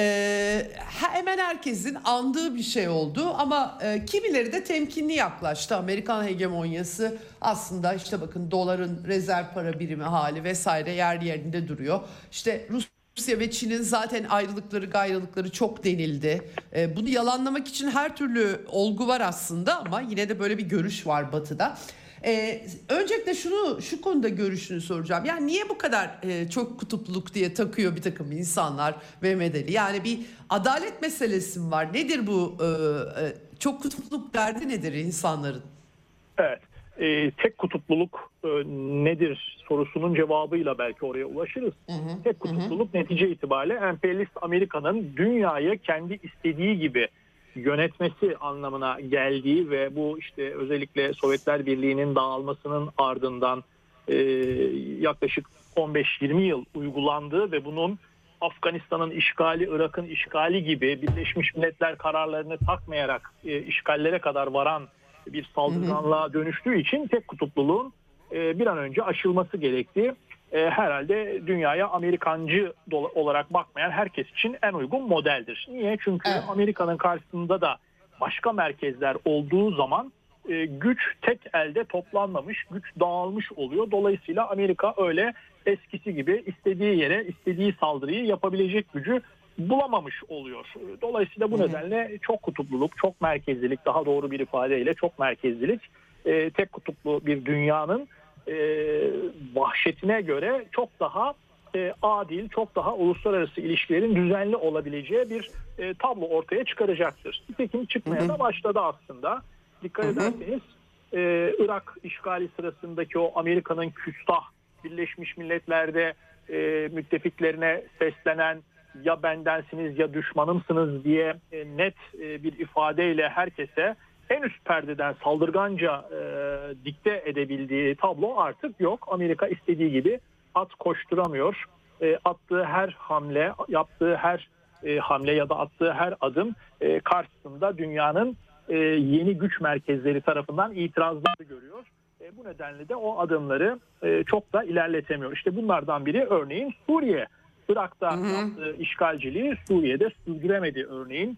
hemen herkesin andığı bir şey oldu ama kimileri de temkinli yaklaştı. Amerikan hegemonyası aslında işte bakın doların rezerv para birimi hali vesaire yer yerinde duruyor. İşte Rusya ve Çin'in zaten ayrılıkları gayrılıkları çok denildi. Bunu yalanlamak için her türlü olgu var aslında ama yine de böyle bir görüş var Batı'da. Öncelikle şu konuda görüşünü soracağım. Yani niye bu kadar çok kutupluluk diye takıyor bir takım insanlar Mehmet Ali? Yani bir adalet meselesi mi var? Nedir bu çok kutupluluk derdi nedir insanların? Evet. Tek kutupluluk nedir sorusunun cevabıyla belki oraya ulaşırız. Tek kutupluluk netice itibariyle emperyalist Amerika'nın dünyayı kendi istediği gibi yönetmesi anlamına geldiği ve bu işte özellikle Sovyetler Birliği'nin dağılmasının ardından yaklaşık 15-20 yıl uygulandığı ve bunun Afganistan'ın işgali, Irak'ın işgali gibi Birleşmiş Milletler kararlarını takmayarak işgallere kadar varan bir saldırganlığa dönüştüğü için tek kutupluluğun bir an önce aşılması gerektiği herhalde dünyaya Amerikancı olarak bakmayan herkes için en uygun modeldir. Niye? Çünkü Amerika'nın karşısında da başka merkezler olduğu zaman güç tek elde toplanmamış, güç dağılmış oluyor. Dolayısıyla Amerika öyle eskisi gibi istediği yere istediği saldırıyı yapabilecek gücü bulamamış oluyor. Dolayısıyla bu nedenle çok kutupluluk, çok merkezlilik, daha doğru bir ifadeyle çok merkezlilik tek kutuplu bir dünyanın vahşetine göre çok daha adil, çok daha uluslararası ilişkilerin düzenli olabileceği bir tablo ortaya çıkaracaktır. Nitekim çıkmaya da başladı aslında. Dikkat ederseniz Irak işgali sırasındaki o Amerika'nın küstah Birleşmiş Milletler'de müttefiklerine seslenen ya bendensiniz ya düşmanımsınız diye net bir ifadeyle herkese en üst perdeden saldırganca dikte edebildiği tablo artık yok. Amerika istediği gibi at koşturamıyor. Attığı her hamle, yaptığı her hamle ya da attığı her adım karşısında dünyanın yeni güç merkezleri tarafından itirazlar görüyor. Bu nedenle de o adımları çok da ilerletemiyor. İşte bunlardan biri örneğin Suriye. Irak'ta yaptığı işgalciliği Suriye'de sürdüremedi örneğin.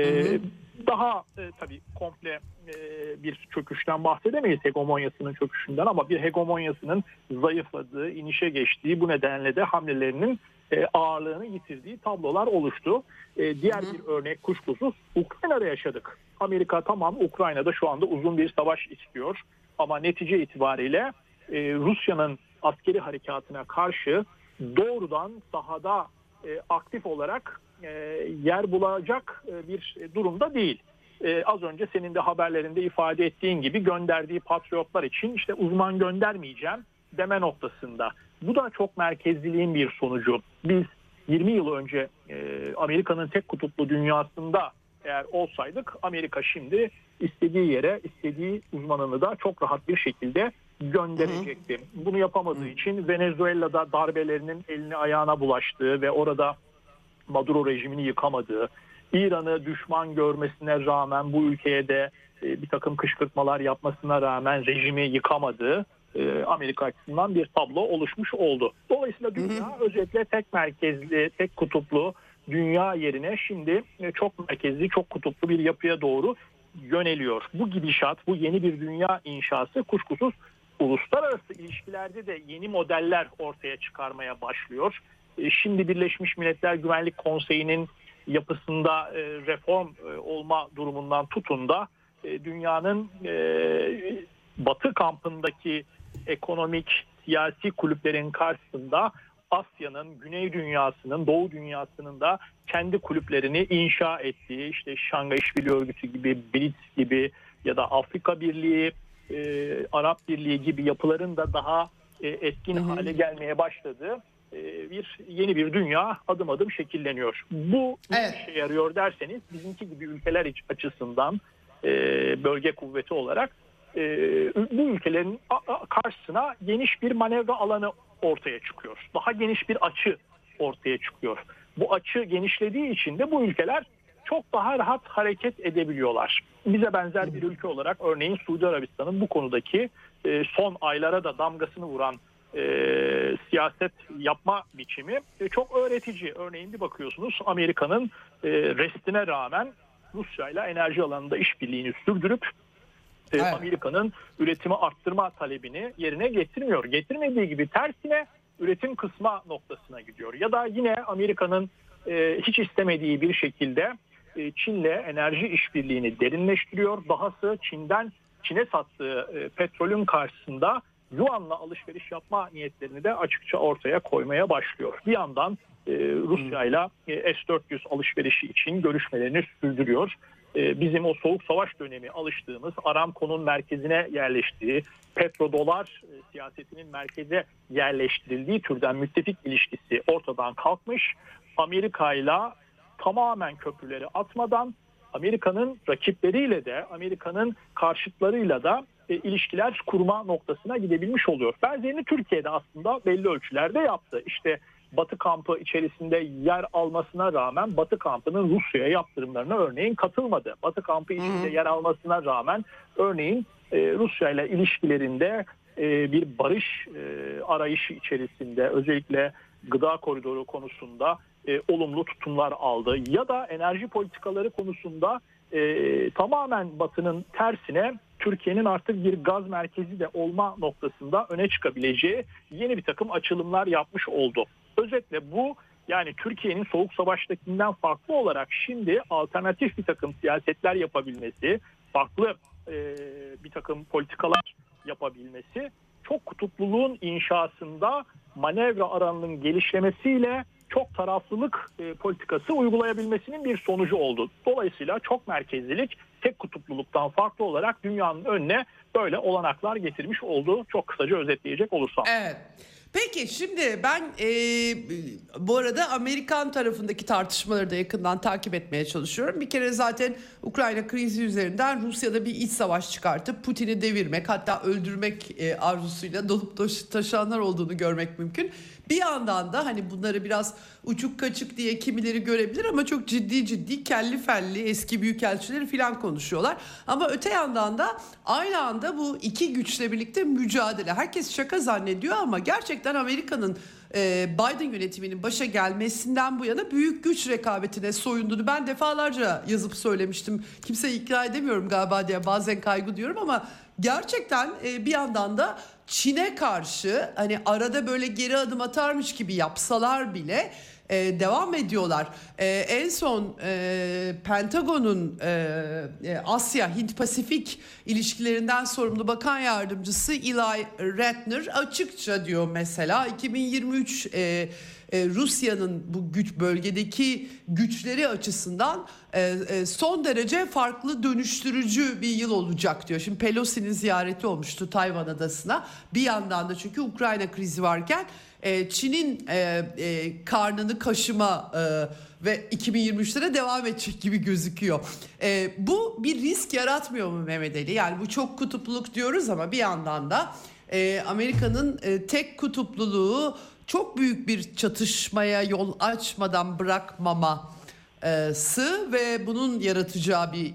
Daha tabii komple bir çöküşten bahsedemeyiz, hegemonyasının çöküşünden, ama bir hegemonyasının zayıfladığı, inişe geçtiği, bu nedenle de hamlelerinin ağırlığını yitirdiği tablolar oluştu. Diğer bir örnek kuşkusuz Ukrayna'da yaşadık. Amerika tamam Ukrayna'da şu anda uzun bir savaş istiyor ama netice itibariyle Rusya'nın askeri harekatına karşı doğrudan sahada aktif olarak yer bulacak bir durumda değil. Az önce senin de haberlerinde ifade ettiğin gibi gönderdiği patriotlar için işte uzman göndermeyeceğim deme noktasında. Bu da çok merkezliliğin bir sonucu. Biz 20 yıl önce Amerika'nın tek kutuplu dünyasında eğer olsaydık Amerika şimdi istediği yere istediği uzmanını da çok rahat bir şekilde gönderecekti. Bunu yapamadığı için Venezuela'da darbelerinin eline ayağına bulaştığı ve orada Maduro rejimini yıkamadığı, İran'ı düşman görmesine rağmen bu ülkeye de bir takım kışkırtmalar yapmasına rağmen rejimi yıkamadığı Amerika açısından bir tablo oluşmuş oldu. Dolayısıyla dünya özellikle tek merkezli, tek kutuplu dünya yerine şimdi çok merkezli, çok kutuplu bir yapıya doğru yöneliyor. Bu gidişat, bu yeni bir dünya inşası kuşkusuz uluslararası ilişkilerde de yeni modeller ortaya çıkarmaya başlıyor. Şimdi Birleşmiş Milletler Güvenlik Konseyi'nin yapısında reform olma durumundan tutun da dünyanın Batı kampındaki ekonomik, siyasi kulüplerin karşısında Asya'nın, Güney dünyasının, Doğu dünyasının da kendi kulüplerini inşa ettiği, işte Şangay İşbirliği Örgütü gibi, BRICS gibi ya da Afrika Birliği, Arap Birliği gibi yapıların da daha etkin hale gelmeye başladığı yeni bir dünya adım adım şekilleniyor. Bu ne işe yarıyor derseniz, bizimki gibi ülkeler açısından bölge kuvveti olarak bu ülkelerin karşısına geniş bir manevra alanı ortaya çıkıyor. Daha geniş bir açı ortaya çıkıyor. Bu açı genişlediği için de bu ülkeler çok daha rahat hareket edebiliyorlar. Bize benzer bir ülke olarak örneğin Suudi Arabistan'ın bu konudaki son aylara da damgasını vuran siyaset yapma biçimi çok öğretici. Örneğin bir bakıyorsunuz, Amerika'nın restine rağmen Rusya ile enerji alanında işbirliğini sürdürüp Amerika'nın üretimi arttırma talebini yerine getirmiyor. Getirmediği gibi tersine üretim kısma noktasına gidiyor. Ya da yine Amerika'nın hiç istemediği bir şekilde Çin'le enerji işbirliğini derinleştiriyor. Dahası Çin'e sattığı petrolün karşısında yuanla alışveriş yapma niyetlerini de açıkça ortaya koymaya başlıyor. Bir yandan Rusya ile S-400 alışverişi için görüşmelerini sürdürüyor. Bizim o soğuk savaş dönemi alıştığımız, Aramco'nun merkezine yerleştiği, petrodolar siyasetinin merkeze yerleştirildiği türden müttefik ilişkisi ortadan kalkmış. Amerika'yla tamamen köprüleri atmadan Amerika'nın rakipleriyle de, Amerika'nın karşıtlarıyla da ilişkiler kurma noktasına gidebilmiş oluyor. Benzerini Türkiye'de aslında belli ölçülerde yaptı. İşte Batı kampı içerisinde yer almasına rağmen Batı kampının Rusya'ya yaptırımlarına örneğin katılmadı. Batı kampı içinde yer almasına rağmen örneğin Rusya ile ilişkilerinde bir barış arayışı içerisinde özellikle gıda koridoru konusunda olumlu tutumlar aldı. Ya da enerji politikaları konusunda tamamen Batı'nın tersine Türkiye'nin artık bir gaz merkezi de olma noktasında öne çıkabileceği yeni bir takım açılımlar yapmış oldu. Özetle bu, yani Türkiye'nin soğuk savaştakinden farklı olarak şimdi alternatif bir takım siyasetler yapabilmesi, farklı bir takım politikalar yapabilmesi, çok kutupluluğun inşasında manevra alanının gelişlemesiyle çok taraflılık politikası uygulayabilmesinin bir sonucu oldu. Dolayısıyla çok merkezlilik tek kutupluluktan farklı olarak dünyanın önüne böyle olanaklar getirmiş oldu. Çok kısaca özetleyecek olursam. Evet. Peki şimdi ben bu arada Amerikan tarafındaki tartışmaları da yakından takip etmeye çalışıyorum. Bir kere zaten Ukrayna krizi üzerinden Rusya'da bir iç savaş çıkartıp Putin'i devirmek, hatta öldürmek arzusuyla dolup taşanlar olduğunu görmek mümkün. Bir yandan da hani bunları biraz uçuk kaçık diye kimileri görebilir ama çok ciddi kelli felli eski büyükelçileri falan konuşuyorlar. Ama öte yandan da aynı anda bu iki güçle birlikte mücadele. Herkes şaka zannediyor ama gerçekten Amerika'nın Biden yönetiminin başa gelmesinden bu yana büyük güç rekabetine soyunduğunu ben defalarca yazıp söylemiştim. Kimseyi ikna edemiyorum galiba diye bazen kaygı duyuyorum ama gerçekten bir yandan da Çin'e karşı hani arada böyle geri adım atarmış gibi yapsalar bile devam ediyorlar. En son Pentagon'un Asya Hint-Pasifik ilişkilerinden sorumlu bakan yardımcısı Eli Ratner açıkça diyor mesela 2023 Rusya'nın bu bölgedeki güçleri açısından son derece farklı, dönüştürücü bir yıl olacak diyor. Şimdi Pelosi'nin ziyareti olmuştu Tayvan adasına. Bir yandan da çünkü Ukrayna krizi varken Çin'in karnını kaşıma ve 2023'te de devam edecek gibi gözüküyor. Bu bir risk yaratmıyor mu Mehmet Ali? Yani bu çok kutupluluk diyoruz ama bir yandan da Amerika'nın tek kutupluluğu çok büyük bir çatışmaya yol açmadan bırakmaması ve bunun yaratacağı bir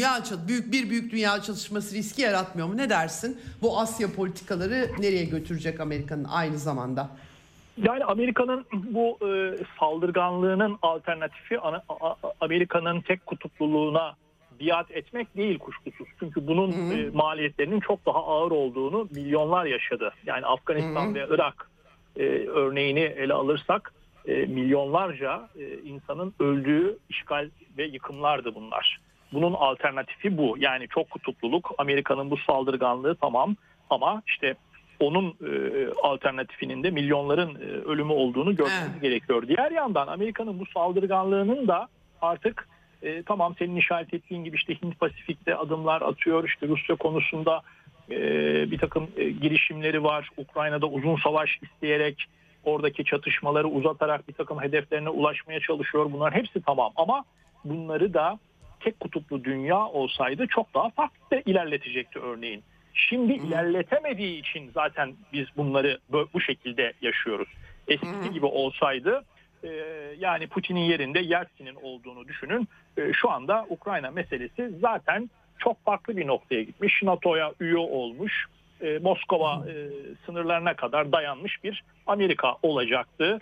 büyük dünya çatışması riski yaratmıyor mu? Ne dersin? Bu Asya politikaları nereye götürecek Amerika'nın aynı zamanda? Yani Amerika'nın bu saldırganlığının alternatifi Amerika'nın tek kutupluluğuna biat etmek değil kuşkusuz. Çünkü bunun maliyetlerinin çok daha ağır olduğunu milyonlar yaşadı. Yani Afganistan ve Irak örneğini ele alırsak milyonlarca insanın öldüğü işgal ve yıkımlardı bunlar. Bunun alternatifi bu. Yani çok kutupluluk, Amerika'nın bu saldırganlığı tamam ama işte onun alternatifinin de milyonların ölümü olduğunu görmemiz gerekiyor. Diğer yandan Amerika'nın bu saldırganlığının da artık tamam senin işaret ettiğin gibi işte Hint-Pasifik'te adımlar atıyor. İşte Rusya konusunda bir takım girişimleri var. Ukrayna'da uzun savaş isteyerek oradaki çatışmaları uzatarak bir takım hedeflerine ulaşmaya çalışıyor. Bunlar hepsi tamam ama bunları da tek kutuplu dünya olsaydı çok daha farklı ilerletecekti örneğin. Şimdi ilerletemediği için zaten biz bunları bu şekilde yaşıyoruz. Eskisi gibi olsaydı yani Putin'in yerinde Yeltsin'in olduğunu düşünün. Şu anda Ukrayna meselesi zaten çok farklı bir noktaya gitmiş. NATO'ya üye olmuş. Moskova sınırlarına kadar dayanmış bir Amerika olacaktı.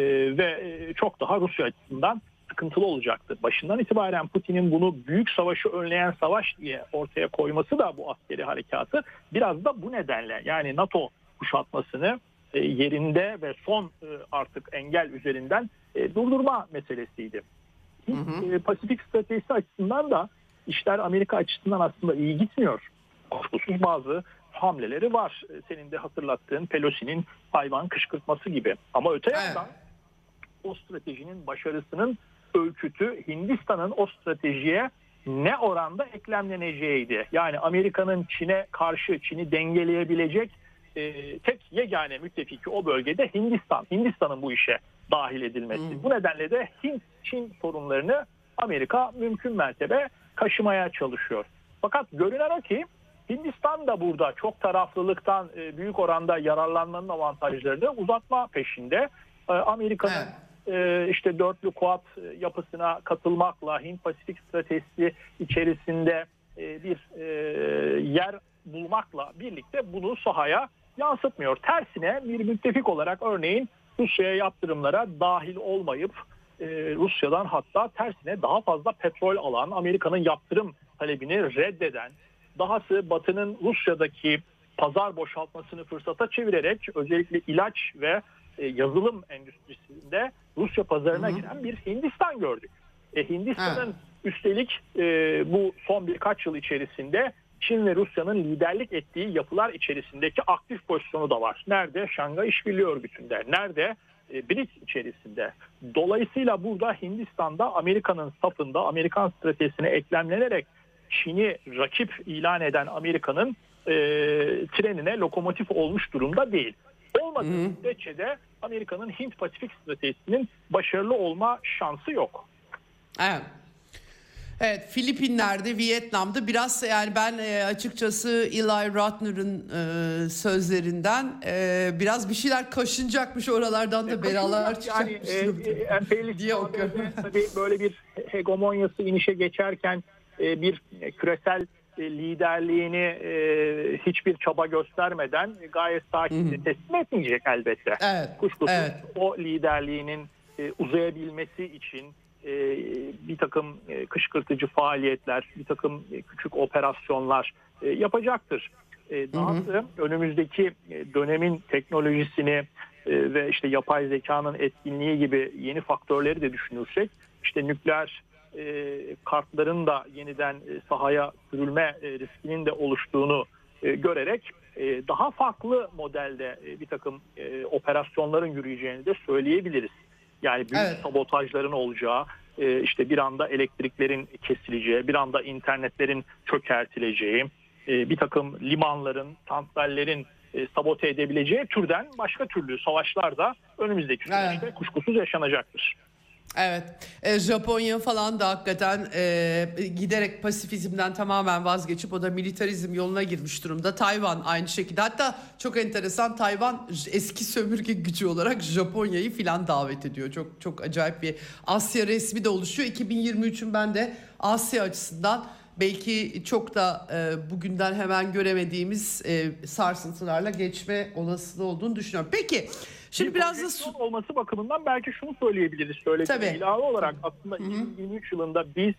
Ve çok daha Rusya açısından sıkıntılı olacaktı. Başından itibaren Putin'in bunu büyük savaşı önleyen savaş diye ortaya koyması da bu askeri harekatı biraz da bu nedenle yani NATO kuşatmasını yerinde ve son artık engel üzerinden durdurma meselesiydi. Pasifik stratejisi açısından da işler Amerika açısından aslında iyi gitmiyor. Kuşkusuz bazı hamleleri var. Senin de hatırlattığın Pelosi'nin hayvan kışkırtması gibi. Ama öte yandan o stratejinin başarısının ölçütü Hindistan'ın o stratejiye ne oranda eklemleneceğiydi. Yani Amerika'nın Çin'e karşı Çin'i dengeleyebilecek tek yegane müttefiki o bölgede Hindistan. Hindistan'ın bu işe dahil edilmesi. Bu nedenle de Hint-Çin sorunlarını Amerika mümkün mertebe kaşımaya çalışıyor. Fakat görünen o ki Hindistan da burada çok taraflılıktan büyük oranda yararlanmanın avantajlarını uzatma peşinde. Amerika'nın işte dörtlü Quad yapısına katılmakla Hint-Pasifik stratejisi içerisinde bir yer bulmakla birlikte bunu sahaya yansıtmıyor. Tersine bir müttefik olarak örneğin Rusya'ya yaptırımlara dahil olmayıp Rusya'dan hatta tersine daha fazla petrol alan, Amerika'nın yaptırım talebini reddeden, dahası Batı'nın Rusya'daki pazar boşaltmasını fırsata çevirerek özellikle ilaç ve yazılım endüstrisinde Rusya pazarına giren bir Hindistan gördük. Hindistan'ın üstelik bu son birkaç yıl içerisinde Çin ve Rusya'nın liderlik ettiği yapılar içerisindeki aktif pozisyonu da var. Nerede? Şangay İşbirliği Örgütü'nde. Nerede? BRICS içerisinde. Dolayısıyla burada Hindistan'da Amerika'nın safında Amerikan stratejisine eklemlenerek Çin'i rakip ilan eden Amerika'nın trenine lokomotif olmuş durumda değil. Olmadığı müddetçe de Amerika'nın Hint-Pasifik stratejisinin başarılı olma şansı yok. Evet. Evet, Filipinler'de, Vietnam'da biraz yani ben açıkçası Eli Ratner'ın sözlerinden biraz bir şeyler kaşınacakmış oralardan da belalar çıkacakmış. Yani diye okuyorum. Tabii böyle bir hegemonyası inişe geçerken bir küresel liderliğini hiçbir çaba göstermeden gayet sakin teslim etmeyecek elbette. Kuşkusuz o liderliğinin uzayabilmesi için bir takım kışkırtıcı faaliyetler, bir takım küçük operasyonlar yapacaktır. Dahası önümüzdeki dönemin teknolojisini ve işte yapay zekanın etkinliği gibi yeni faktörleri de düşünürsek, işte nükleer kartların da yeniden sahaya sürülme riskinin de oluştuğunu görerek daha farklı modelde bir takım operasyonların yürüyeceğini de söyleyebiliriz. Yani büyük sabotajların olacağı, işte bir anda elektriklerin kesileceği, bir anda internetlerin çökertileceği, bir takım limanların, santrallerin sabote edebileceği türden başka türlü savaşlar da önümüzdeki süreçte kuşkusuz yaşanacaktır. Evet, Japonya falan da hakikaten giderek pasifizmden tamamen vazgeçip o da militarizm yoluna girmiş durumda. Tayvan aynı şekilde, hatta çok enteresan, Tayvan eski sömürge gücü olarak Japonya'yı filan davet ediyor. Çok çok acayip bir Asya resmi de oluşuyor. 2023'ün ben de Asya açısından belki çok da bugünden hemen göremediğimiz sarsıntılarla geçme olasılığı olduğunu düşünüyorum. Peki. Şimdi biraz da olması bakımından belki şunu söyleyebiliriz. Söylediğim ilave olarak aslında 2023 yılında biz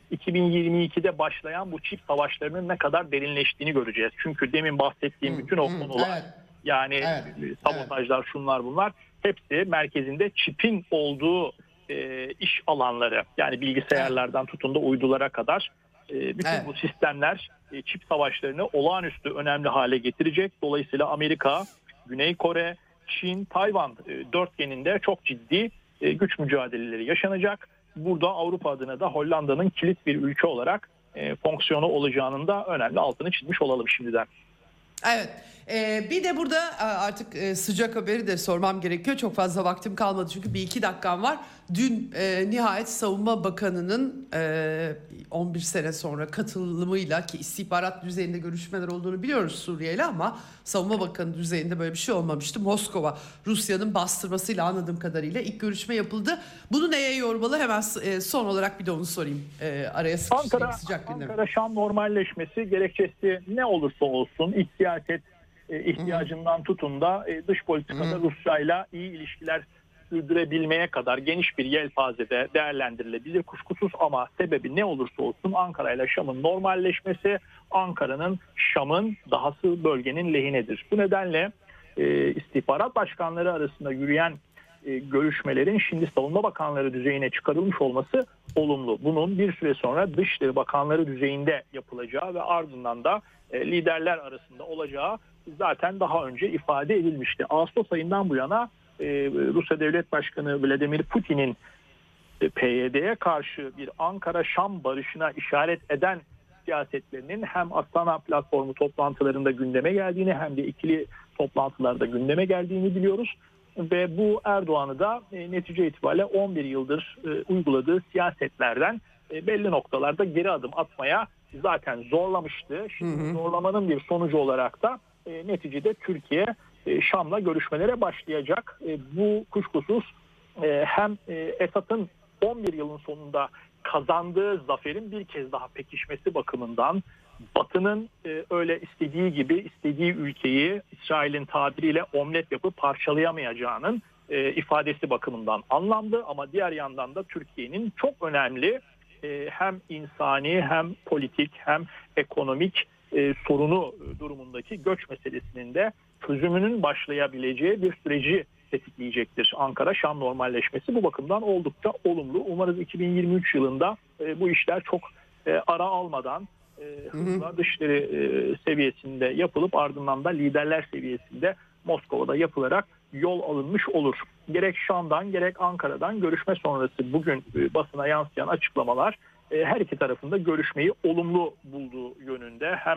2022'de başlayan bu çip savaşlarının ne kadar derinleştiğini göreceğiz. Çünkü demin bahsettiğim bütün o konular, yani sabotajlar, şunlar bunlar, hepsi merkezinde çipin olduğu iş alanları. Yani bilgisayarlardan tutun da uydulara kadar bütün bu sistemler çip savaşlarını olağanüstü önemli hale getirecek. Dolayısıyla Amerika, Güney Kore, Çin, Tayvan dörtgeninde çok ciddi güç mücadeleleri yaşanacak. Burada Avrupa adına da Hollanda'nın kilit bir ülke olarak fonksiyonu olacağının da önemli altını çizmiş olalım şimdiden. Evet. Bir de burada artık sıcak haberi de sormam gerekiyor. Çok fazla vaktim kalmadı çünkü bir iki dakikam var. Dün nihayet Savunma Bakanı'nın 11 sene sonra katılımıyla, ki istihbarat düzeyinde görüşmeler olduğunu biliyoruz Suriye'yle, ama Savunma Bakanı düzeyinde böyle bir şey olmamıştı. Moskova, Rusya'nın bastırmasıyla anladığım kadarıyla ilk görüşme yapıldı. Bunu neye yormalı? Hemen son olarak bir de onu sorayım. Araya sıkıştırayım sıcak gündemi. Ankara-Şam normalleşmesi gerekçesi ne olursa olsun, iç siyaset ihtiyacından tutun da dış politikada Rusya'yla iyi ilişkiler sürdürebilmeye kadar geniş bir yelpazede değerlendirilebilir kuşkusuz, ama sebebi ne olursa olsun Ankara ile Şam'ın normalleşmesi Ankara'nın, Şam'ın, dahası bölgenin lehinedir. Bu nedenle istihbarat başkanları arasında yürüyen görüşmelerin şimdi savunma bakanları düzeyine çıkarılmış olması olumlu. Bunun bir süre sonra Dışişleri Bakanları düzeyinde yapılacağı ve ardından da liderler arasında olacağı zaten daha önce ifade edilmişti. Ağustos ayından bu yana Rusya Devlet Başkanı Vladimir Putin'in PYD'ye karşı bir Ankara-Şam barışına işaret eden siyasetlerinin hem Astana platformu toplantılarında gündeme geldiğini hem de ikili toplantılarda gündeme geldiğini biliyoruz. Ve bu Erdoğan'ı da netice itibariyle 11 yıldır uyguladığı siyasetlerden belli noktalarda geri adım atmaya zaten zorlamıştı. Şimdi zorlamanın bir sonucu olarak da neticede Türkiye Şam'la görüşmelere başlayacak. Bu kuşkusuz hem Esad'ın 11 yılın sonunda kazandığı zaferin bir kez daha pekişmesi bakımından, Batı'nın öyle istediği gibi istediği ülkeyi İsrail'in tabiriyle omlet yapıp parçalayamayacağının ifadesi bakımından anlamlı, ama diğer yandan da Türkiye'nin çok önemli hem insani hem politik hem ekonomik sorunu durumundaki göç meselesinin de çözümünün başlayabileceği bir süreci tetikleyecektir. Ankara-Şam normalleşmesi bu bakımdan oldukça olumlu. Umarız 2023 yılında bu işler çok ara almadan hızla dışişleri seviyesinde yapılıp ardından da liderler seviyesinde Moskova'da yapılarak yol alınmış olur. Gerek Şam'dan gerek Ankara'dan görüşme sonrası bugün basına yansıyan açıklamalar her iki tarafında görüşmeyi olumlu bulduğu yönünde. Hem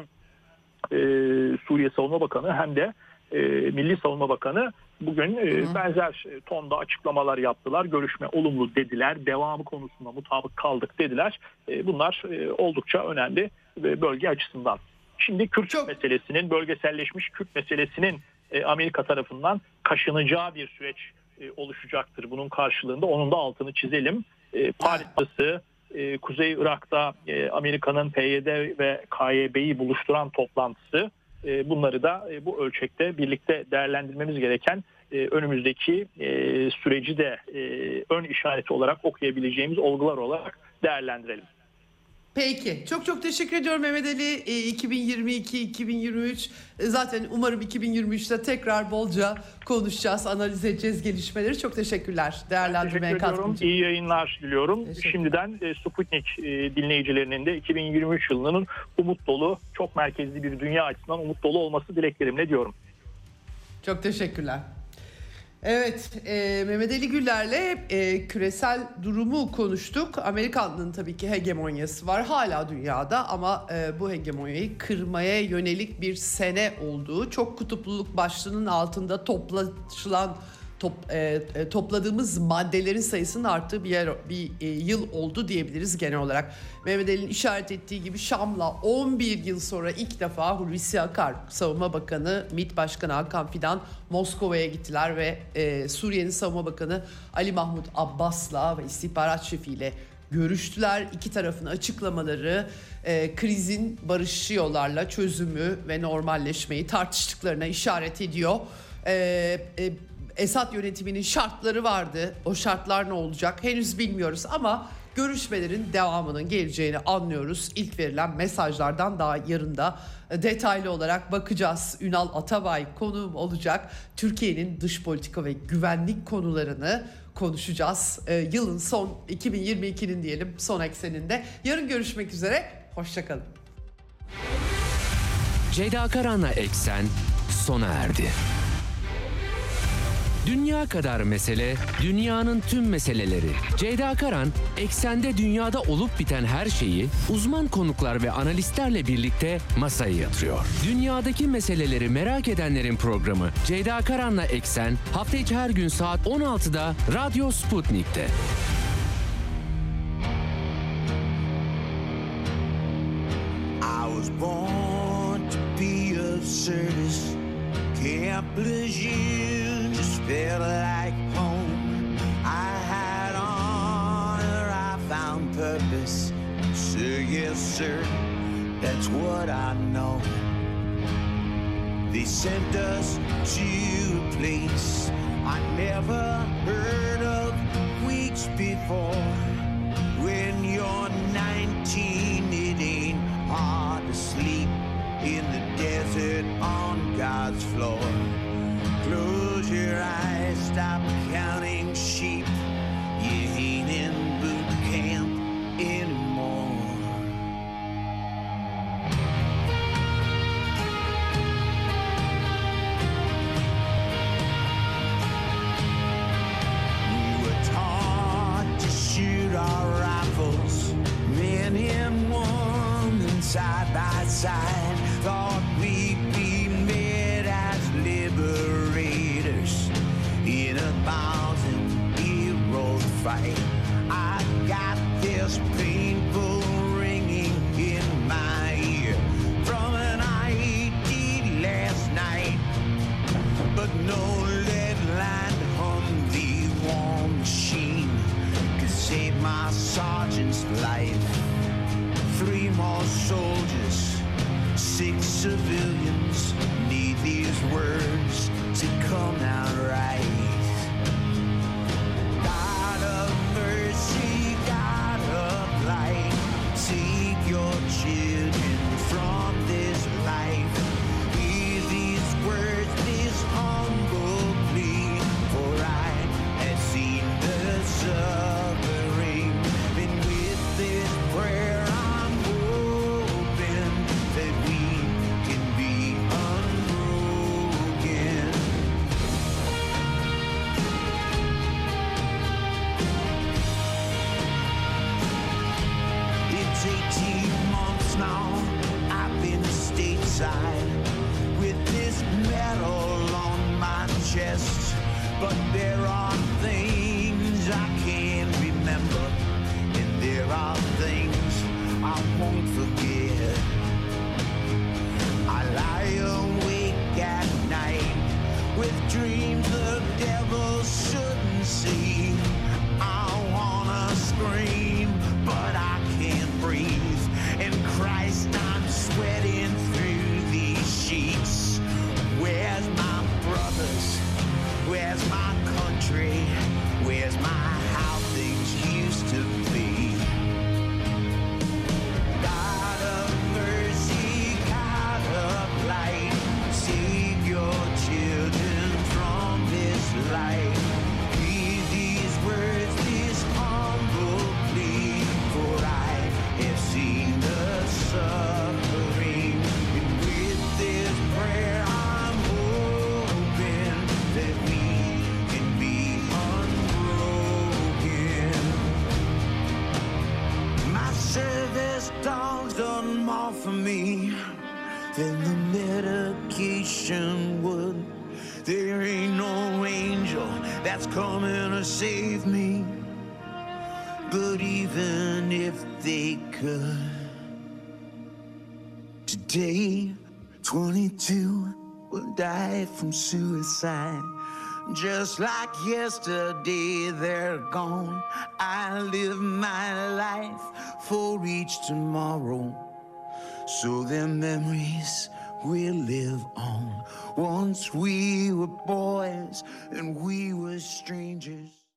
Suriye Savunma Bakanı hem de Milli Savunma Bakanı bugün benzer tonda açıklamalar yaptılar. Görüşme olumlu dediler. Devamı konusunda mutabık kaldık dediler. Bunlar oldukça önemli bölge açısından. Şimdi Kürt meselesinin, bölgeselleşmiş Kürt meselesinin Amerika tarafından kaşınacağı bir süreç oluşacaktır. Bunun karşılığında onun da altını çizelim. Paris'tası, Kuzey Irak'ta Amerika'nın PYD ve KYB'yi buluşturan toplantısı, bunları da bu ölçekte birlikte değerlendirmemiz gereken önümüzdeki süreci de ön işareti olarak okuyabileceğimiz olgular olarak değerlendirelim. Peki. Çok çok teşekkür ediyorum Mehmet Ali. 2022-2023 zaten umarım 2023'te tekrar bolca konuşacağız, analiz edeceğiz gelişmeleri. Çok teşekkürler değerlendirmeye katkınız için. İyi yayınlar diliyorum. Şimdiden Sputnik dinleyicilerinin de 2023 yılının umut dolu, çok merkezli bir dünya açısından umut dolu olması dileklerimle diyorum. Çok teşekkürler. Evet, Mehmet Ali Güller'le küresel durumu konuştuk. Amerika'nın tabii ki hegemonyası var hala dünyada, ama bu hegemonyayı kırmaya yönelik bir sene olduğu, çok kutupluluk başlığının altında topladığımız maddelerin sayısının arttığı bir yıl oldu diyebiliriz genel olarak. Mehmet Ali'nin işaret ettiği gibi Şam'la 11 yıl sonra ilk defa Hulusi Akar, Savunma Bakanı, MİT Başkanı Hakan Fidan Moskova'ya gittiler ve Suriye'nin Savunma Bakanı Ali Mahmut Abbas'la ve istihbarat şefiyle görüştüler. İki tarafın açıklamaları krizin barışçı yollarla çözümü ve normalleşmeyi tartıştıklarına işaret ediyor. Esad yönetiminin şartları vardı. O şartlar ne olacak henüz bilmiyoruz ama görüşmelerin devamının geleceğini anlıyoruz. İlk verilen mesajlardan daha yarın da detaylı olarak bakacağız. Ünal Atabay konuğum olacak. Türkiye'nin dış politika ve güvenlik konularını konuşacağız. Yılın son 2022'nin diyelim son ekseninde. Yarın görüşmek üzere. Hoşça kalın. Ceyda Karan'la Eksen sona erdi. Dünya kadar mesele, dünyanın tüm meseleleri. Ceyda Karan, Eksen'de dünyada olup biten her şeyi uzman konuklar ve analistlerle birlikte masaya yatırıyor. Dünyadaki meseleleri merak edenlerin programı Ceyda Karan'la Eksen hafta içi her gün saat 16'da Radyo Sputnik'te. I was born to be of service. Camp Lejeune just felt like home. I had honor, I found purpose. Sir, yes, sir, that's what I know. They sent us to a place I never heard of weeks before. When you're 19, it ain't hard to sleep in the desert on God's floor. Close your eyes, stop counting sheep. You ain't in boot camp anymore. We were taught to shoot our rifles, men and women side by side. Thought we'd be met as liberators in a 1,000-year-old fight. I got this painful ringing in my ear from an ID last night, but no lead line hummed the war machine could save my sergeant's life. 3 more soldiers, 6 civilians need these words to come out right. God of mercy, God of light, take your children from this life. Hear these words, this humble plea, for I have seen the suffering. And with this prayer I'm hoping that we can be unbroken. It's 18 months now, I've been stateside with this medal on my chest. But there are things I can't remember, and there are things I won't forget. I lie awake at night with dreams the devil shouldn't see. I wanna scream, but I can't breathe. And Christ, I'm sweating through these sheets. Where's my brothers? Where's my country? Where's my how things used to be? God of mercy, God of light, save your children from this life. Hear these words, this humble plea, for I have seen the suffering. And with this prayer I'm hoping that we can be unbroken. My service dog's done more for me than the medication would. There ain't no angel that's coming to save me. But even if they could, today 22 will die from suicide. Just like yesterday, they're gone. I live my life for each tomorrow, so their memories will live on. Once we were boys and we were strangers.